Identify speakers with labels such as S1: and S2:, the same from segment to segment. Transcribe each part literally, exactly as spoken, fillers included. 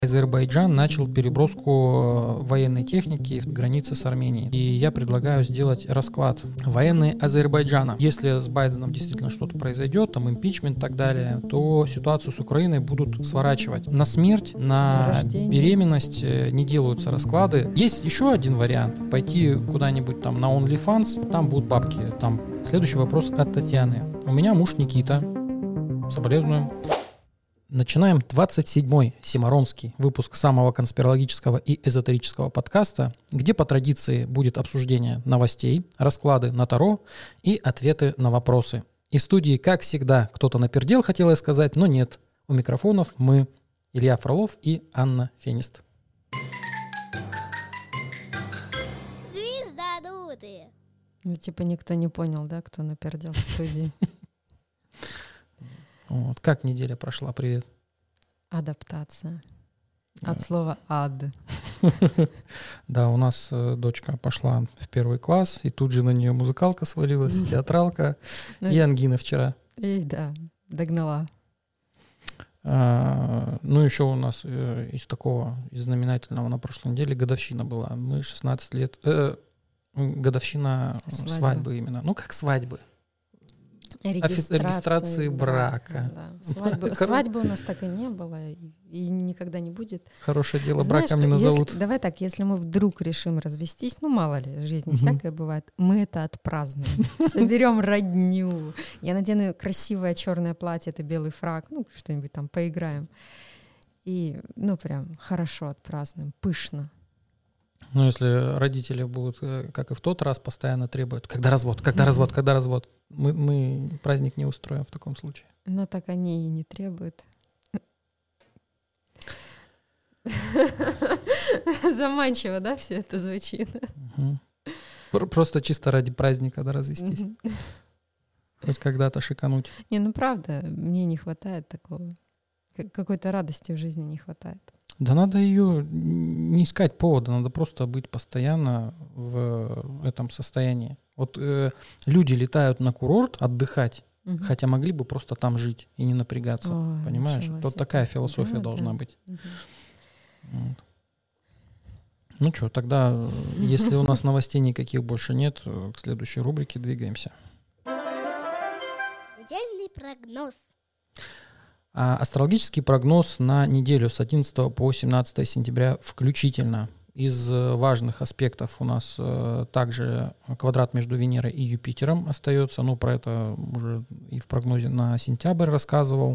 S1: Азербайджан начал переброску военной техники в границе с Арменией. И я предлагаю сделать расклад военной Азербайджана. Если с Байденом действительно что-то произойдет, там импичмент и так далее, то ситуацию с Украиной будут сворачивать. На смерть, на
S2: Рождение.
S1: беременность не делаются расклады. Есть еще один вариант. Пойти куда-нибудь там на OnlyFans, там будут бабки. Там. Следующий вопрос от Татьяны. У меня муж Никита. Соболезную. Начинаем двадцать седьмой симаронский выпуск самого конспирологического и эзотерического подкаста, где по традиции будет обсуждение новостей, расклады на Таро и ответы на вопросы. И в студии, как всегда, кто-то напердел, хотел я сказать, но нет. У микрофонов мы, Илья Фролов и Анна Фенист.
S3: Звездодуты.
S2: Ну, типа никто не понял, да, кто напердел в студии.
S1: Вот. Как неделя прошла? Привет.
S2: Адаптация. От слова ад.
S1: Да, у нас э, дочка пошла в первый класс, и тут же на нее музыкалка свалилась, театралка и ангина вчера.
S2: И да, догнала.
S1: А, ну, еще у нас э, из такого, из знаменательного на прошлой неделе годовщина была. Мы шестнадцать лет... Э, годовщина
S2: Свадьбы.
S1: свадьбы именно. Ну, как свадьбы.
S2: Регистрации,
S1: регистрации брака.
S2: Да. Свадьбы,
S1: Хоро-
S2: свадьбы у нас так и не было, и, и никогда не будет.
S1: Хорошее дело
S2: Знаешь,
S1: браком не
S2: что
S1: назовут.
S2: если- давай так, если мы вдруг решим развестись, ну мало ли, в жизни
S1: Мгм.
S2: всякое бывает, мы это отпразднуем, соберем родню. Я надену красивое черное платье, это белый фрак, ну что-нибудь там поиграем. И, ну прям хорошо отпразднуем, пышно.
S1: Ну, если родители будут, э, как и в тот раз, постоянно требуют, когда развод, когда развод, когда развод, мы, мы праздник не устроим в таком случае.
S2: Но так они и не требуют. Заманчиво, да, все это звучит?
S1: Мгм. Пр- Просто чисто ради праздника, да, развестись.
S2: Мгм.
S1: Хоть когда-то шикануть.
S2: Не, ну правда, мне не хватает такого. К- Какой-то радости в жизни не хватает.
S1: Да надо ее не искать повода, надо просто быть постоянно в этом состоянии. Вот э, люди летают на курорт отдыхать,
S2: Мгм.
S1: хотя могли бы просто там жить и не напрягаться,
S2: Ой,
S1: понимаешь?
S2: ничего
S1: Вот
S2: себе.
S1: такая философия
S2: Да,
S1: должна
S2: да.
S1: быть.
S2: Мгм.
S1: Вот. Ну что, тогда, э, если у нас новостей никаких больше нет, э, к следующей рубрике двигаемся.
S3: Недельный прогноз.
S1: А астрологический прогноз на неделю с одиннадцатого по семнадцатое сентября включительно. Из э, важных аспектов у нас э, также квадрат между Венерой и Юпитером остается. Ну, про это уже и в прогнозе на сентябрь рассказывал.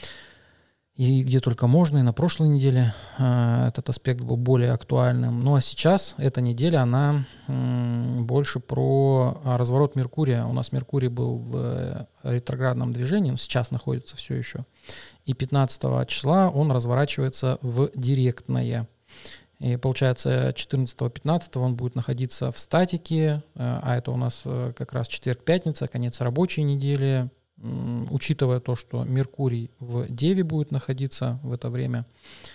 S1: И где только можно, и на прошлой неделе э, этот аспект был более актуальным. Ну а сейчас, эта неделя, она м, больше про а, разворот Меркурия. У нас Меркурий был в э, ретроградном движении, он сейчас находится все еще. И пятнадцатого числа он разворачивается в директное. И получается четырнадцатого-пятнадцатого он будет находиться в статике, э, а это у нас э, как раз четверг-пятница, конец рабочей недели. М, Учитывая то, что Меркурий в Деве будет находиться в это время,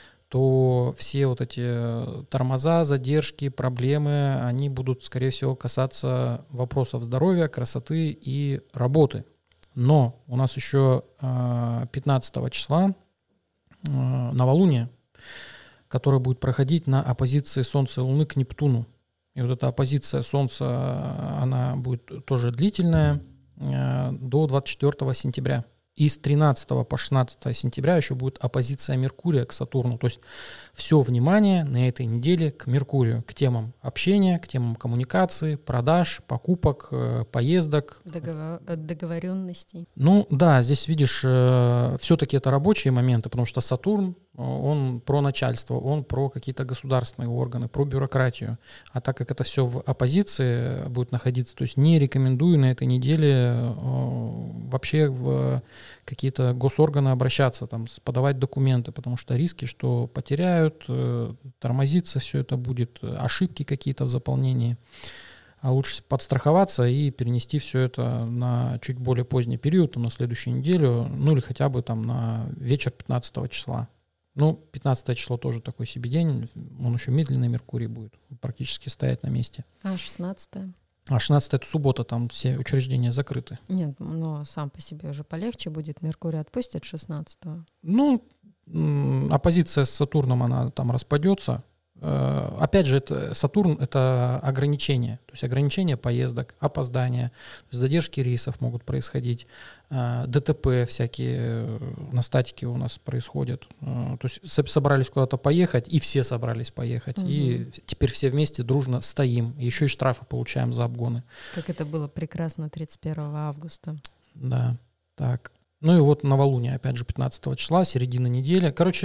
S1: то все вот эти э, тормоза, задержки, проблемы, они будут, скорее всего, касаться вопросов здоровья, красоты и работы. Но у нас еще э, пятнадцатого числа э, новолуние, которое будет проходить на оппозиции Солнца и Луны к Нептуну. И вот эта оппозиция Солнца, э, она будет тоже длительная, э, до двадцать четвёртого сентября. И с тринадцатого по шестнадцатое сентября еще будет оппозиция Меркурия к Сатурну. То есть все внимание на этой неделе к Меркурию, к темам общения, к темам коммуникации, продаж, покупок, э, поездок.
S2: Договор- э, договоренностей.
S1: Ну да, здесь видишь, все-таки это рабочие моменты, потому что Сатурн, э, он про начальство, он про какие-то государственные органы, про бюрократию. А так как это все в оппозиции будет находиться, то есть не рекомендую на этой неделе э, вообще в какие-то госорганы обращаться, там, с- подавать документы, потому что риски, что потеряют, э, тормозиться все это будет, э, ошибки какие-то в заполнении. А лучше подстраховаться и перенести все это на чуть более поздний период, там, на следующую неделю, ну или хотя бы там на вечер пятнадцатого числа. Ну, пятнадцатое число тоже такой себе день, он еще медленный Меркурий будет, практически стоять на месте.
S2: А шестнадцатое?
S1: А шестнадцатое это суббота, там все учреждения закрыты.
S2: Нет, но сам по себе уже полегче будет. Меркурий отпустит шестнадцатого.
S1: Ну, м, оппозиция с Сатурном, она там распадется. Э, Опять же, это, Сатурн — это ограничение, то есть ограничение поездок, опоздания, то есть задержки рейсов могут происходить, э, ДТП всякие э, на статике у нас происходят. Э, То есть со- собрались куда-то поехать, и все собрались поехать, и
S2: Мгм.
S1: теперь все вместе дружно стоим, еще и штрафы получаем за обгоны.
S2: Как это было прекрасно тридцать первого августа.
S1: Да, так. Ну и вот новолуние, опять же, пятнадцатого числа, середина недели. Короче,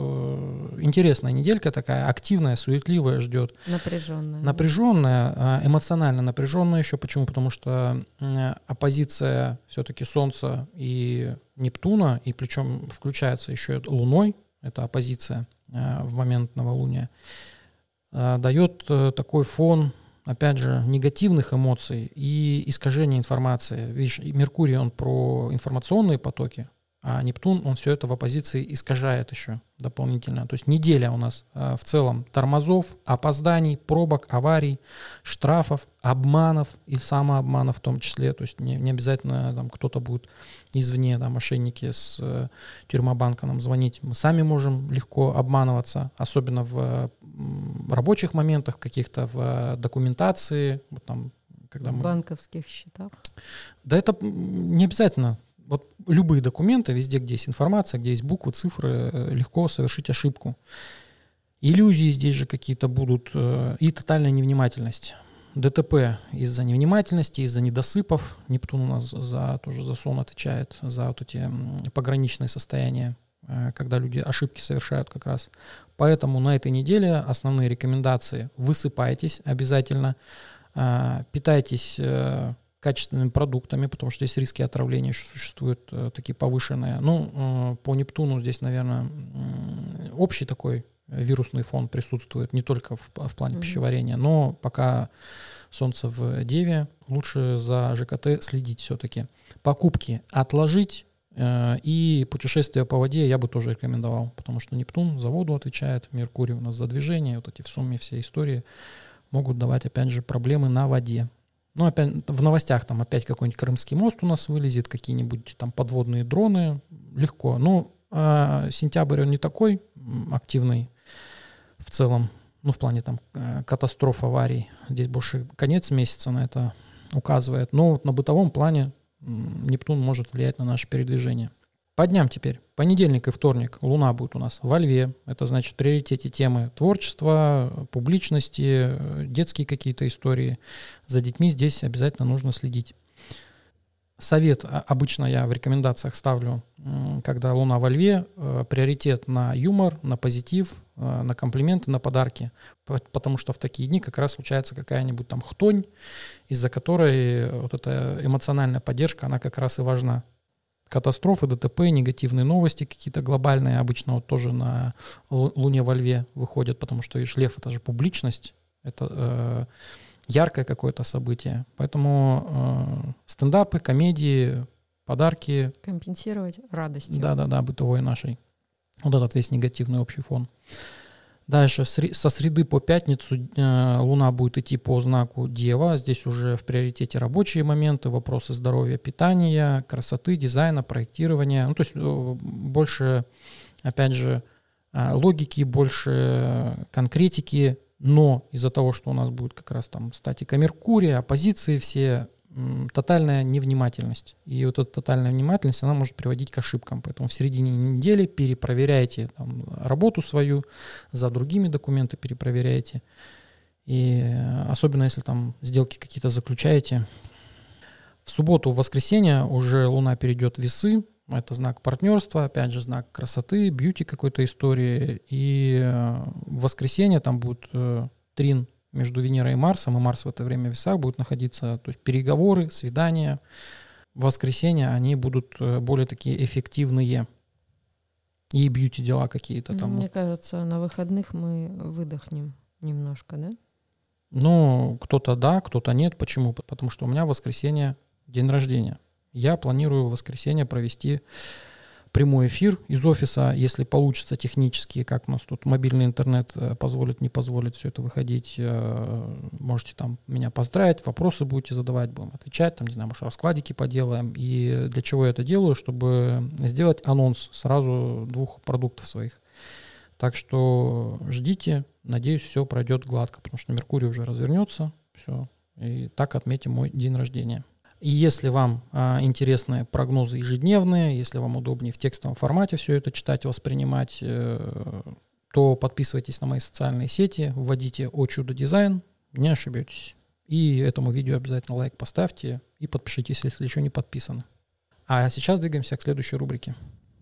S1: э, интересная неделька такая, активная, суетливая ждет.
S2: Напряженная. да.
S1: Напряженная, а, эмоционально напряженная еще. Почему? Потому что м, оппозиция все-таки Солнца и Нептуна, и причем включается еще и Луной, это оппозиция э, в момент новолуния, э, дает э, такой фон, опять же, негативных эмоций и искажения информации. Видишь, и Меркурий, он про информационные потоки, а Нептун, он все это в оппозиции искажает еще дополнительно. То есть неделя у нас э, в целом тормозов, опозданий, пробок, аварий, штрафов, обманов и самообманов в том числе. То есть не, не обязательно там кто-то будет извне, там, мошенники с э, тюрьмобанка нам звонить. Мы сами можем легко обманываться, особенно в э, м, рабочих моментах, каких-то в э, документации, вот там, когда
S2: В
S1: мы...
S2: банковских счетах.
S1: Да это м, не обязательно. Вот любые документы, везде, где есть информация, где есть буквы, цифры, э, легко совершить ошибку. Иллюзии здесь же какие-то будут э, и тотальная невнимательность. ДТП из-за невнимательности, из-за недосыпов. Нептун у нас за, тоже за сон отвечает, за вот эти м, пограничные состояния, э, когда люди ошибки совершают как раз. Поэтому на этой неделе основные рекомендации: высыпайтесь обязательно, э, питайтесь э, качественными продуктами, потому что здесь риски отравления еще существуют э, такие повышенные. Ну, э, по Нептуну здесь, наверное, м, общий такой вирусный фон присутствует, не только в, в плане
S2: Мгм.
S1: пищеварения, но пока Солнце в Деве, лучше за ЖКТ следить все-таки. Покупки отложить, э, и путешествия по воде я бы тоже рекомендовал, потому что Нептун за воду отвечает, Меркурий у нас за движение, вот эти в сумме все истории могут давать, опять же, проблемы на воде. Ну, опять в новостях там опять какой-нибудь Крымский мост у нас вылезет, какие-нибудь там подводные дроны, легко. Ну, а сентябрь он не такой м, активный в целом, ну, в плане там э, катастроф, аварий. Здесь больше конец месяца на это указывает. Но вот на бытовом плане м, Нептун может влиять на наше передвижение. По дням теперь. Понедельник и вторник Луна будет у нас во Льве. Это значит в приоритете темы творчества, публичности, э, детские какие-то истории. За детьми здесь обязательно нужно следить. Совет а, обычно я в рекомендациях ставлю, м, когда Луна во Льве, э, приоритет на юмор, на позитив, э, на комплименты, на подарки. По- Потому что в такие дни как раз случается какая-нибудь там хтонь, из-за которой вот эта эмоциональная поддержка, она как раз и важна. Катастрофы, ДТП, негативные новости какие-то глобальные обычно вот тоже на Лу- Луне во Льве выходят, потому что, видишь, Лев — это же публичность, это э, яркое какое-то событие. Поэтому э, стендапы, комедии, подарки,
S2: Компенсировать радостью.
S1: да-да-да, бытовой нашей. Вот этот весь негативный общий фон. Дальше сре- со среды по пятницу э, Луна будет идти по знаку Дева. Здесь уже в приоритете рабочие моменты, вопросы здоровья, питания, красоты, дизайна, проектирования. Ну, то есть э, больше, опять же, э, логики, больше конкретики. Но из-за того, что у нас будет как раз там статика Меркурия, оппозиции все, м, тотальная невнимательность. И вот эта тотальная внимательность, она может приводить к ошибкам. Поэтому в середине недели перепроверяйте там работу свою, за другими документы перепроверяйте. И э, особенно если там сделки какие-то заключаете. В субботу, в воскресенье уже Луна перейдет в Весы. Это знак партнерства, опять же, знак красоты, бьюти какой-то истории. И э, в воскресенье там будет э, трин между Венерой и Марсом, и Марс в это время в Весах будет находиться. То есть переговоры, свидания в воскресенье, они будут э, более такие эффективные. И бьюти-дела какие-то
S2: Ну,
S1: там.
S2: мне кажется, на выходных мы выдохнем немножко, да?
S1: Ну, кто-то да, кто-то нет. Почему? Потому что у меня в воскресенье день рождения. Я планирую в воскресенье провести прямой эфир из офиса, если получится технически, как у нас тут мобильный интернет позволит, не позволит все это выходить. Можете там меня поздравить, вопросы будете задавать, будем отвечать, там, не знаю, может, раскладики поделаем. И для чего я это делаю? Чтобы сделать анонс сразу двух продуктов своих. Так что ждите, надеюсь, все пройдет гладко, потому что Меркурий уже развернется, все, и так отметим мой день рождения. И если вам а, интересны прогнозы ежедневные, если вам удобнее в текстовом формате все это читать, воспринимать, э, то подписывайтесь на мои социальные сети, вводите «О чудо дизайн», не ошибетесь. И этому видео обязательно лайк поставьте и подпишитесь, если еще не подписаны. А сейчас двигаемся к следующей рубрике.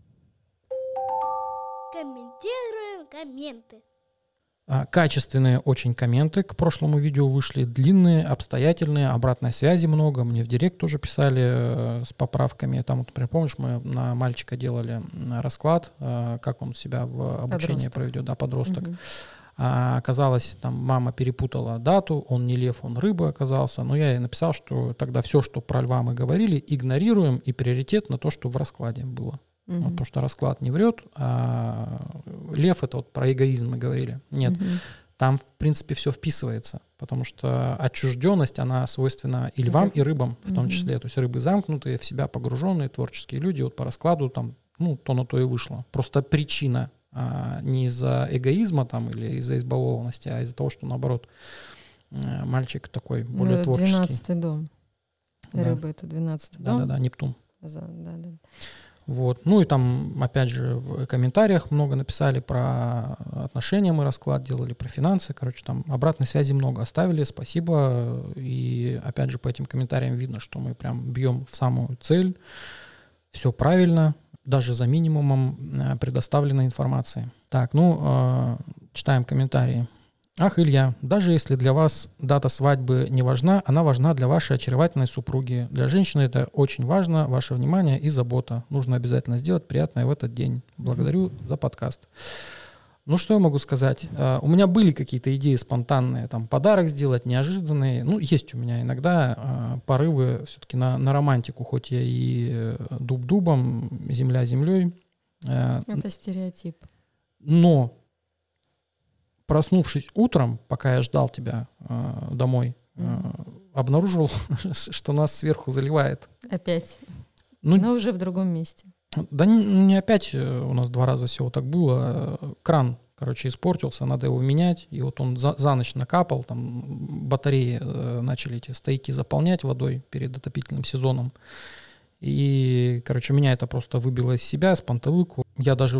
S3: Комментируем комменты.
S1: Качественные очень комменты к прошлому видео вышли, длинные, обстоятельные, обратной связи много. Мне в директ тоже писали э, с поправками. Там, вот, например, помнишь, мы на мальчика делали расклад, э, как он себя в обучении подросток. проведет, да, подросток. Угу. А, оказалось, там мама перепутала дату, он не лев, он рыба оказался. Но я ей написал, что тогда все, что про льва мы говорили, игнорируем, и приоритет на то, что в раскладе было. Uh-huh. Вот, потому что расклад не врет, а лев — это вот про эгоизм мы говорили. Нет, uh-huh. там, в принципе, все вписывается, потому что отчужденность, она свойственна и львам, uh-huh. и рыбам в том числе. Uh-huh. То есть рыбы замкнутые, в себя погруженные, творческие люди. Вот по раскладу там, ну, то на то и вышло. Просто причина а, не из-за эгоизма там или из-за избалованности, а из-за того, что, наоборот, мальчик такой более
S2: ну,
S1: творческий.
S2: двенадцатый дом. Да. Рыбы — это двенадцатый дом.
S1: Да-да-да, Нептун.
S2: За, да, да.
S1: Вот. Ну и там, опять же, в комментариях много написали про отношения, мы расклад делали, про финансы. Короче, там обратной связи много оставили, спасибо. И опять же, по этим комментариям видно, что мы прям бьем в самую цель. Все правильно, даже за минимумом предоставленной информации. Так, ну, читаем комментарии. Ах, Илья, даже если для вас дата свадьбы не важна, она важна для вашей очаровательной супруги. Для женщины это очень важно, ваше внимание и забота. Нужно обязательно сделать приятное в этот день. Благодарю mm-hmm. за подкаст. Ну, что я могу сказать? Uh, у меня были какие-то идеи спонтанные, там, подарок сделать, неожиданные. Ну, есть у меня иногда uh, порывы все-таки на, на романтику, хоть я и дуб дубом, земля землей. Uh,
S2: это стереотип.
S1: Но проснувшись утром, пока я ждал тебя э, домой, э, mm-hmm. обнаружил, что нас сверху заливает.
S2: Опять.
S1: Ну,
S2: но уже в другом месте.
S1: Да не, не опять, у нас два раза всего так было. Кран, короче, испортился, надо его менять. И вот он за, за ночь накапал, там батареи э, начали эти стояки заполнять водой перед отопительным сезоном. И, короче, меня это просто выбило из себя, с панталыку. Я даже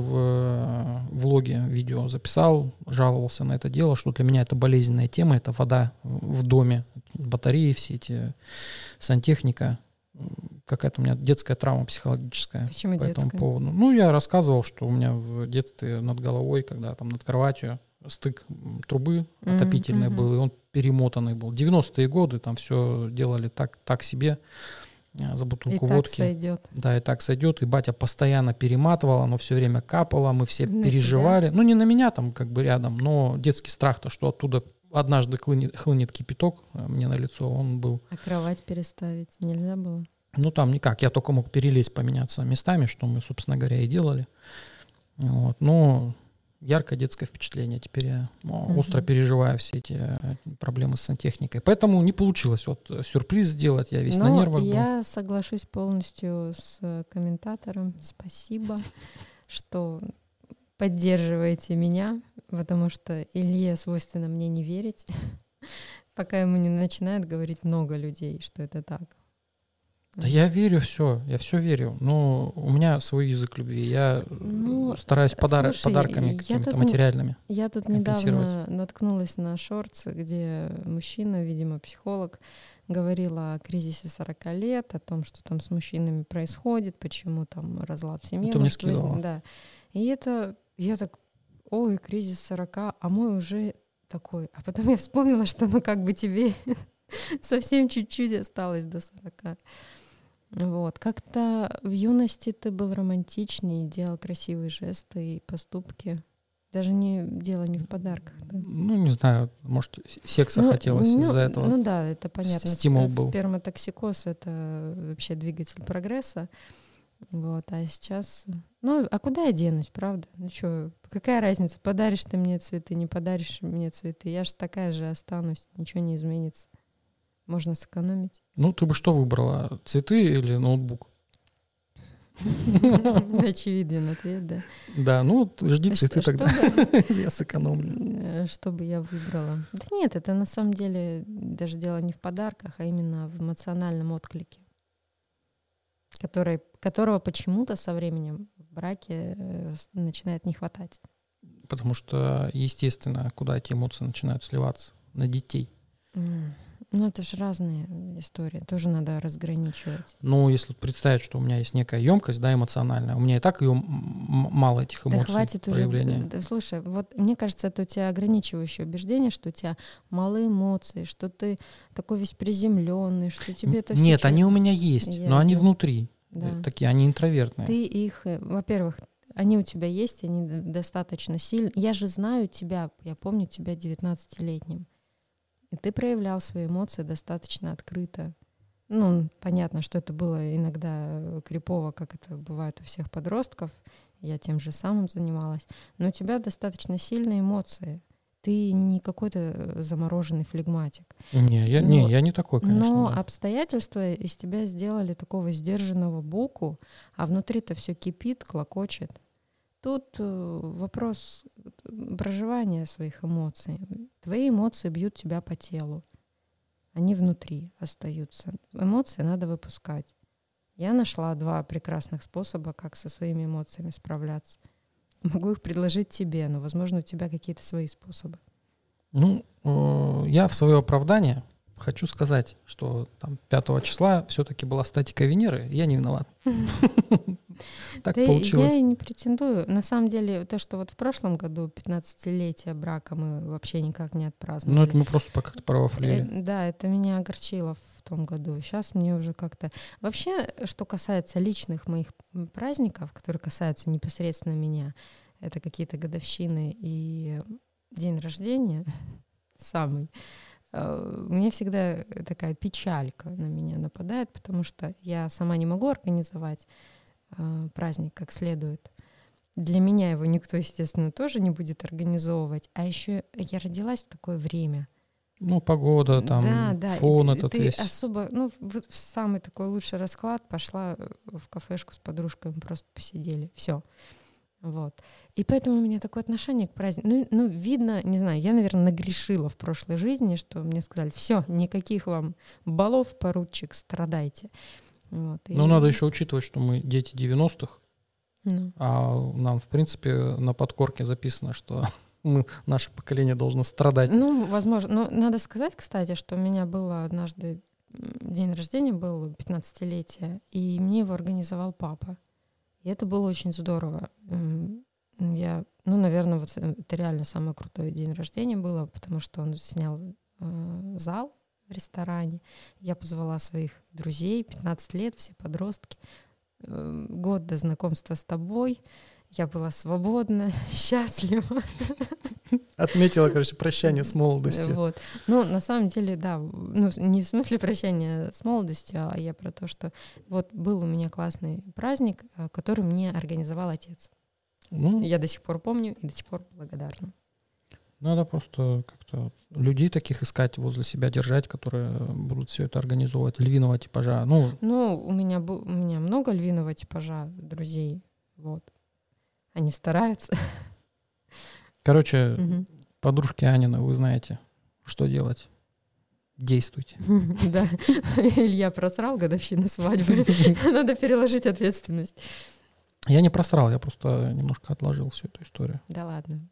S1: в влоге видео записал, жаловался на это дело, что для меня это болезненная тема, это вода в доме, батареи все эти, сантехника. Какая-то у меня детская травма психологическая.
S2: Почему
S1: по
S2: детская?
S1: Этому поводу. Ну, я рассказывал, что у меня в детстве над головой, когда там над кроватью стык трубы mm-hmm, отопительной mm-hmm. был, и он перемотанный был. девяностые годы там все делали так, так себе. За бутылку
S2: и
S1: водки.
S2: Так сойдет.
S1: Да, и так сойдет. И батя постоянно перематывал, оно все время капало, мы все
S2: на
S1: переживали.
S2: тебя?
S1: Ну, не на меня там как бы рядом, но детский страх-то, что оттуда однажды хлынет, хлынет кипяток мне на лицо, он был.
S2: А кровать переставить нельзя было?
S1: Ну, там никак. Я только мог перелезть, поменяться местами, что мы, собственно говоря, и делали. Вот. Но яркое детское впечатление. Теперь я uh-huh. остро переживаю все эти проблемы с сантехникой. Поэтому не получилось вот сюрприз сделать. Я весь
S2: Но
S1: на нервах
S2: я
S1: был.
S2: соглашусь полностью с комментатором. Спасибо, что поддерживаете меня, потому что Илье свойственно мне не верить, пока ему не начинает говорить много людей, что это так.
S1: Да я верю все, я все верю. Но у меня свой язык любви. Я ну, стараюсь подар- слушай, подарками какими-то материальными.
S2: Я тут недавно наткнулась на шортс, где мужчина, видимо, психолог, говорил о кризисе сорока лет, о том, что там с мужчинами происходит, почему там разлад в семье.
S1: Ты мне скидывала.
S2: Да. И это, я так, ой, кризис сорока, а мой уже такой. А потом я вспомнила, что ну как бы тебе совсем чуть-чуть осталось до сорока. Вот. Как-то в юности ты был романтичней, делал красивые жесты и поступки. Даже не дело не в подарках. Да?
S1: Ну, не знаю, может, секса
S2: ну,
S1: хотелось
S2: ну,
S1: из-за этого.
S2: Ну да, это понятно.
S1: Стимул был.
S2: Сперматоксикоз — это вообще двигатель прогресса. Вот, а сейчас... Ну, а куда я денусь, правда? Ну что, какая разница, подаришь ты мне цветы, не подаришь мне цветы? Я же такая же останусь, ничего не изменится. Можно сэкономить.
S1: Ну, ты бы что выбрала, цветы или ноутбук?
S2: Очевиден ответ, да.
S1: Да, ну, жди цветы
S2: Что-
S1: тогда,
S2: чтобы-
S1: я сэкономлю.
S2: э, Что бы я выбрала? Да нет, это на самом деле даже дело не в подарках, а именно в эмоциональном отклике, который, которого почему-то со временем в браке э, с- начинает не хватать.
S1: Потому что, естественно, куда эти эмоции начинают сливаться? На детей.
S2: М. Ну, это же разные истории, тоже надо разграничивать.
S1: Ну, если представить, что у меня есть некая емкость, да, эмоциональная, у меня и так ее мало этих эмоций,
S2: Да хватит уже.
S1: проявления.
S2: Да, слушай, вот мне кажется, это у тебя ограничивающее убеждение, что у тебя мало эмоций, что ты такой весь приземленный, что тебе это все...
S1: Нет, они у меня есть,
S2: Я-
S1: но они
S2: я-
S1: внутри.
S2: Да.
S1: Э, Такие, они интровертные.
S2: Ты их, э, во-первых, они у тебя есть, они д- достаточно сильны. Я же знаю тебя, я помню тебя девятнадцатилетним. И ты проявлял свои эмоции достаточно открыто. Ну, понятно, что это было иногда э, крипово, как это бывает у всех подростков. Я тем же самым занималась. Но у тебя достаточно сильные эмоции. Ты не какой-то э, замороженный флегматик.
S1: Не, я,
S2: Но-
S1: не, я не такой, конечно.
S2: Но
S1: да.
S2: обстоятельства из тебя сделали такого сдержанного буку, а внутри-то все кипит, клокочет. Тут э, вопрос э, проживания своих эмоций. Твои эмоции бьют тебя по телу. Они внутри остаются. Эмоции надо выпускать. Я нашла два прекрасных способа, как со своими эмоциями справляться. Могу их предложить тебе, но, возможно, у тебя какие-то свои способы.
S1: Ну, э, я в свое оправдание хочу сказать, что там пятого числа все-таки была статика Венеры, я не виноват. Так
S2: Да и
S1: получилось.
S2: я и не претендую. На самом деле, то, что вот в прошлом году пятнадцатилетие брака мы вообще никак не
S1: Ну,
S2: отпраздновали.
S1: это мы просто по- как-то провафлили.
S2: Э, Да, это меня огорчило в том году. Сейчас мне уже как-то... Вообще, что касается личных моих м, праздников, которые касаются непосредственно меня, это какие-то годовщины и день рождения самый, э, мне всегда такая печалька на меня нападает, потому что я сама не могу организовать э, праздник как следует. Для меня его никто, естественно, тоже не будет организовывать. А еще я родилась в такое время.
S1: Ну, погода, там,
S2: Да, да, и
S1: фон
S2: ты-
S1: этот
S2: ты
S1: весь.
S2: особо, ну, в, в самый такой лучший расклад пошла в кафешку с подружками, просто посидели, все. Вот. И поэтому у меня такое отношение к празднику. Ну, ну, видно, не знаю, я, наверное, нагрешила в прошлой жизни, что мне сказали, все, никаких вам балов, поручик, страдайте. Вот. И-
S1: Ну, надо еще учитывать, что мы дети девяностых,
S2: Ну,
S1: а нам, в принципе, на подкорке записано, что мы, наше поколение должно страдать.
S2: ну, возможно. Но надо сказать, кстати, что у меня было однажды м, день рождения, был пятнадцатилетие, и мне его организовал папа. И это было очень здорово. М, Я, ну, наверное, вот это реально самый крутой день рождения было, потому что он снял э, зал в ресторане. Я позвала своих друзей, пятнадцать лет, все подростки. Э, Год до знакомства с тобой. Я была свободна, счастлива.
S1: Отметила, короче, прощание с молодостью.
S2: Вот. Ну, на самом деле, да, ну, не в смысле прощания с молодостью, а я про то, что вот был у меня классный праздник, э, который мне организовал отец.
S1: Ну,
S2: Я до сих пор помню и до сих пор благодарна.
S1: надо просто как-то людей таких искать, возле себя держать, которые будут все это организовывать, львиного типажа. Ну,
S2: Ну, у меня, бу- у меня много львиного типажа друзей, вот. Они стараются.
S1: короче,
S2: Мгм.
S1: подружки Анина, вы знаете, что делать. Действуйте.
S2: Да, Илья просрал годовщину свадьбы. Надо переложить ответственность.
S1: Я не просрал, я просто немножко отложил всю эту историю.
S2: Да ладно.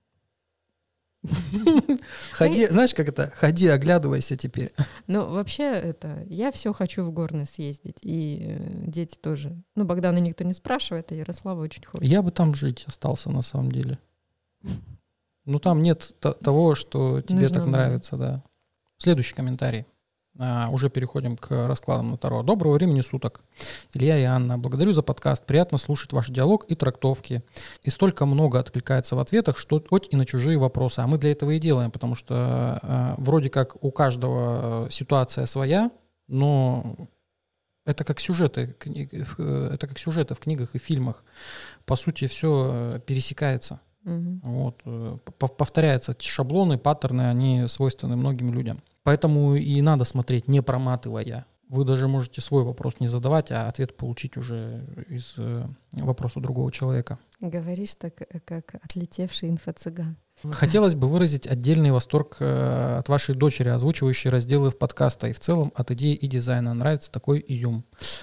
S1: Ходи, знаешь, как это? Ходи, оглядывайся теперь.
S2: Ну, вообще, это, я все хочу в горны съездить, и э, дети тоже. Ну, Богдана никто не спрашивает, а Ярослава очень хочет.
S1: Я бы там жить остался на самом деле. Ну, там нет т- того, что тебе
S2: Нужно
S1: так
S2: было.
S1: нравится, да. Следующий комментарий. А, уже переходим к раскладам на Таро. Доброго времени суток. Илья и Анна. Благодарю за подкаст. Приятно слушать ваш диалог и трактовки. И столько много откликается в ответах, что хоть и на чужие вопросы. А мы для этого и делаем, потому что э, вроде как у каждого э, ситуация своя, но Это как сюжеты, это как сюжеты в книгах и фильмах. По сути, все пересекается.
S2: Угу.
S1: Вот. Повторяются эти шаблоны, паттерны, они свойственны многим людям. Поэтому и надо смотреть, не проматывая. Вы даже можете свой вопрос не задавать, а ответ получить уже из вопроса другого человека.
S2: Говоришь так, как отлетевший инфо-цыган.
S1: Хотелось бы выразить отдельный восторг от вашей дочери, озвучивающей разделы подкаста, и в целом от идеи и дизайна. Нравится такой изюм.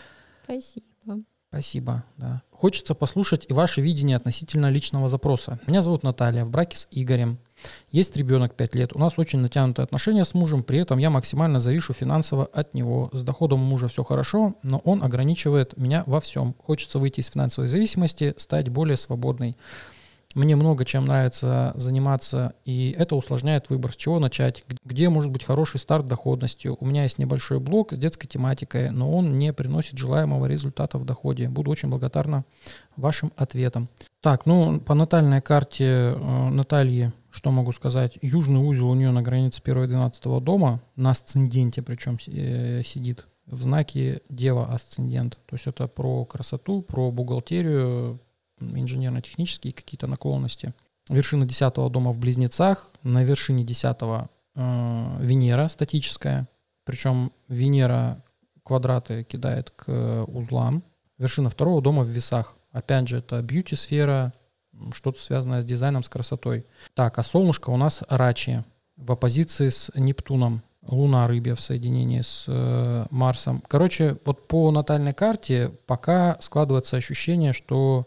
S2: Спасибо.
S1: Спасибо, да. Хочется послушать и ваше видение относительно личного запроса. Меня зовут Наталья, в браке с Игорем. Есть ребенок пять лет. У нас очень натянутые отношения с мужем, при этом я максимально завишу финансово от него. С доходом у мужа все хорошо, но он ограничивает меня во всем. Хочется выйти из финансовой зависимости, стать более свободной. Мне много чем нравится заниматься, и это усложняет выбор, с чего начать, где может быть хороший старт доходностью. У меня есть небольшой блог с детской тематикой, но он не приносит желаемого результата в доходе. Буду очень благодарна вашим ответам. Так, ну, по натальной карте э, Натальи, что могу сказать? Южный узел у нее на границе первого и двенадцатого дома, на асценденте причем э, сидит, в знаке Дева асцендент. То есть это про красоту, про бухгалтерию, инженерно-технические какие-то наклонности. Вершина десятого дома в Близнецах, на вершине десятого э, Венера статическая, причем Венера квадраты кидает к узлам. Вершина второго дома в Весах, опять же это бьюти-сфера, что-то связанное с дизайном, с красотой. Так, а солнышко у нас Рачи в оппозиции с Нептуном. Луна Рыбе в соединении с э, Марсом. Короче, вот по натальной карте пока складывается ощущение, что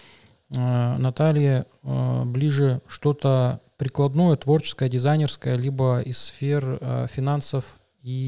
S1: э, Наталье э, ближе что-то прикладное, творческое, дизайнерское, либо из сфер э, финансов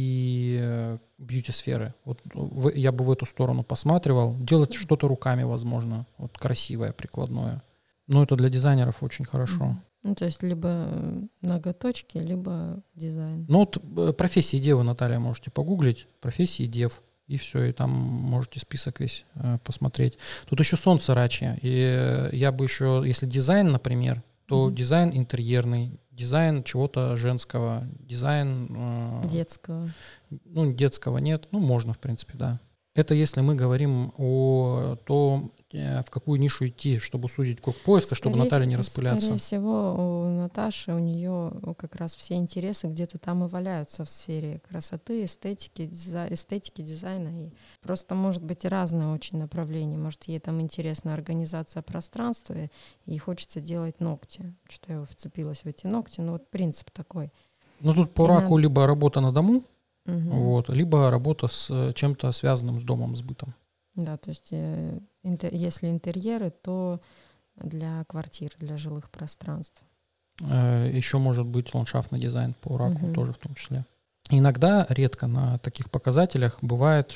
S1: и э, бьюти-сферы. Вот в, я бы в эту сторону посматривал. Делать что-то руками, возможно, вот красивое, прикладное. Но это для дизайнеров очень хорошо.
S2: Mm-hmm. Ну, то есть либо ноготочки, либо дизайн.
S1: Ну, вот профессии девы, Наталья, можете погуглить. Профессии дев. И все, и там можете список весь э, посмотреть. Тут еще солнце Рачи. И я бы еще, если дизайн, например, то mm-hmm. дизайн интерьерный, дизайн чего-то женского, дизайн... Э,
S2: детского.
S1: Ну, детского нет. Ну, можно, в принципе, да. Это если мы говорим о том, в какую нишу идти, чтобы сузить круг поиска, скорее, чтобы Наталья не распыляться.
S2: Скорее всего, у Наташи, у нее как раз все интересы где-то там и валяются в сфере красоты, эстетики, дизай... эстетики, дизайна. И просто может быть и разные очень направления. Может, ей там интересна организация пространства, и хочется делать ногти. Что я вцепилась в эти ногти. Ну вот принцип такой.
S1: Ну тут по и раку
S2: надо...
S1: либо работа на дому,
S2: угу.
S1: вот, либо работа с чем-то связанным с домом, с бытом.
S2: Да, то есть э, интер, если интерьеры, то для квартир, для жилых пространств.
S1: Э, еще может быть ландшафтный дизайн по раку
S2: угу.
S1: тоже в том числе. Иногда, редко на таких показателях бывает,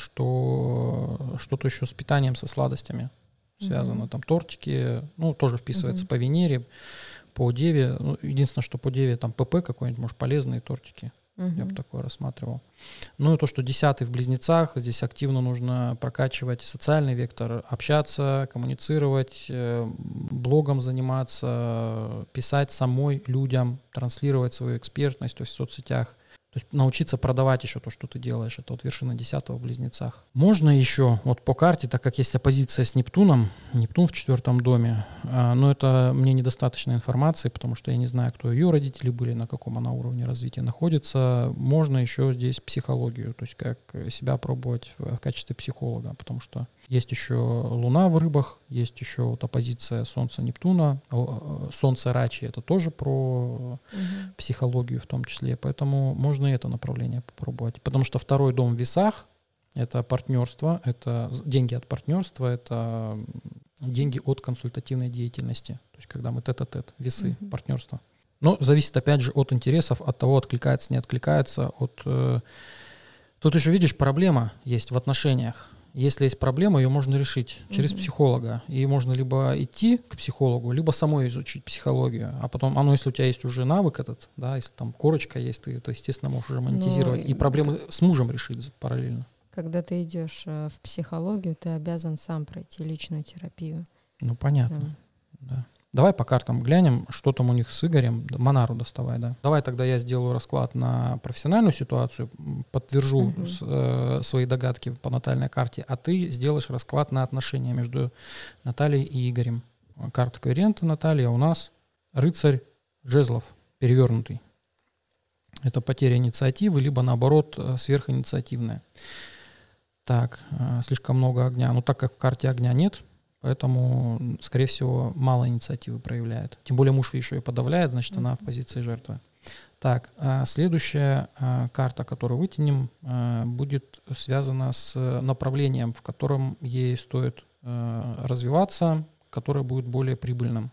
S1: что что-то еще с питанием, со сладостями связано. Угу. Там тортики, ну тоже вписывается угу. по Венере, по Деве. Ну, единственное, что по Деве там ПП какой-нибудь, может, полезные тортики. Uh-huh. Я бы такое рассматривал. Ну и то, что десятый в Близнецах, здесь активно нужно прокачивать социальный вектор, общаться, коммуницировать, блогом заниматься, писать самой людям, транслировать свою экспертность, то есть в соцсетях. То есть научиться продавать еще то, что ты делаешь. Это вот вершина десятого в Близнецах. Можно еще, вот по карте, так как есть оппозиция с Нептуном, Нептун в четвертом доме, но это мне недостаточно информации, потому что я не знаю, кто ее родители были, на каком она уровне развития находится. Можно еще здесь психологию, то есть как себя пробовать в качестве психолога, потому что есть еще Луна в Рыбах, есть еще вот оппозиция Солнца-Нептуна, Солнце Рачи, это тоже про угу. психологию в том числе, поэтому можно и это направление попробовать. Потому что второй дом в Весах — это партнерство, это деньги от партнерства, это деньги от консультативной деятельности, то есть когда мы тет-а-тет, весы, угу. партнерство. Но зависит опять же от интересов, от того, откликается, не откликается. От, э... Тут еще, видишь, проблема есть в отношениях. Если есть проблема, ее можно решить через mm-hmm. психолога. И можно либо идти к психологу, либо самой изучить психологию. А потом, а ну, если у тебя есть уже навык этот, да, если там корочка есть, ты это, естественно, можешь уже монетизировать. Но... И проблемы с мужем решить параллельно.
S2: Когда ты идешь в психологию, ты обязан сам пройти личную терапию.
S1: Ну, понятно, да. да. Давай по картам глянем, что там у них с Игорем. Монару доставай, да. Давай тогда я сделаю расклад на профессиональную ситуацию, подтвержу угу. с, э, свои догадки по натальной карте, а ты сделаешь расклад на отношения между Натальей и Игорем. Карта коэрента Наталья, у нас рыцарь жезлов, перевернутый. Это потеря инициативы, либо наоборот сверхинициативная. Так, э, слишком много огня. Ну так как в карте огня нет, поэтому, скорее всего, мало инициативы проявляет. Тем более муж еще и подавляет, значит, mm-hmm. она в позиции жертвы. Так, следующая карта, которую вытянем, будет связана с направлением, в котором ей стоит развиваться, которое будет более прибыльным.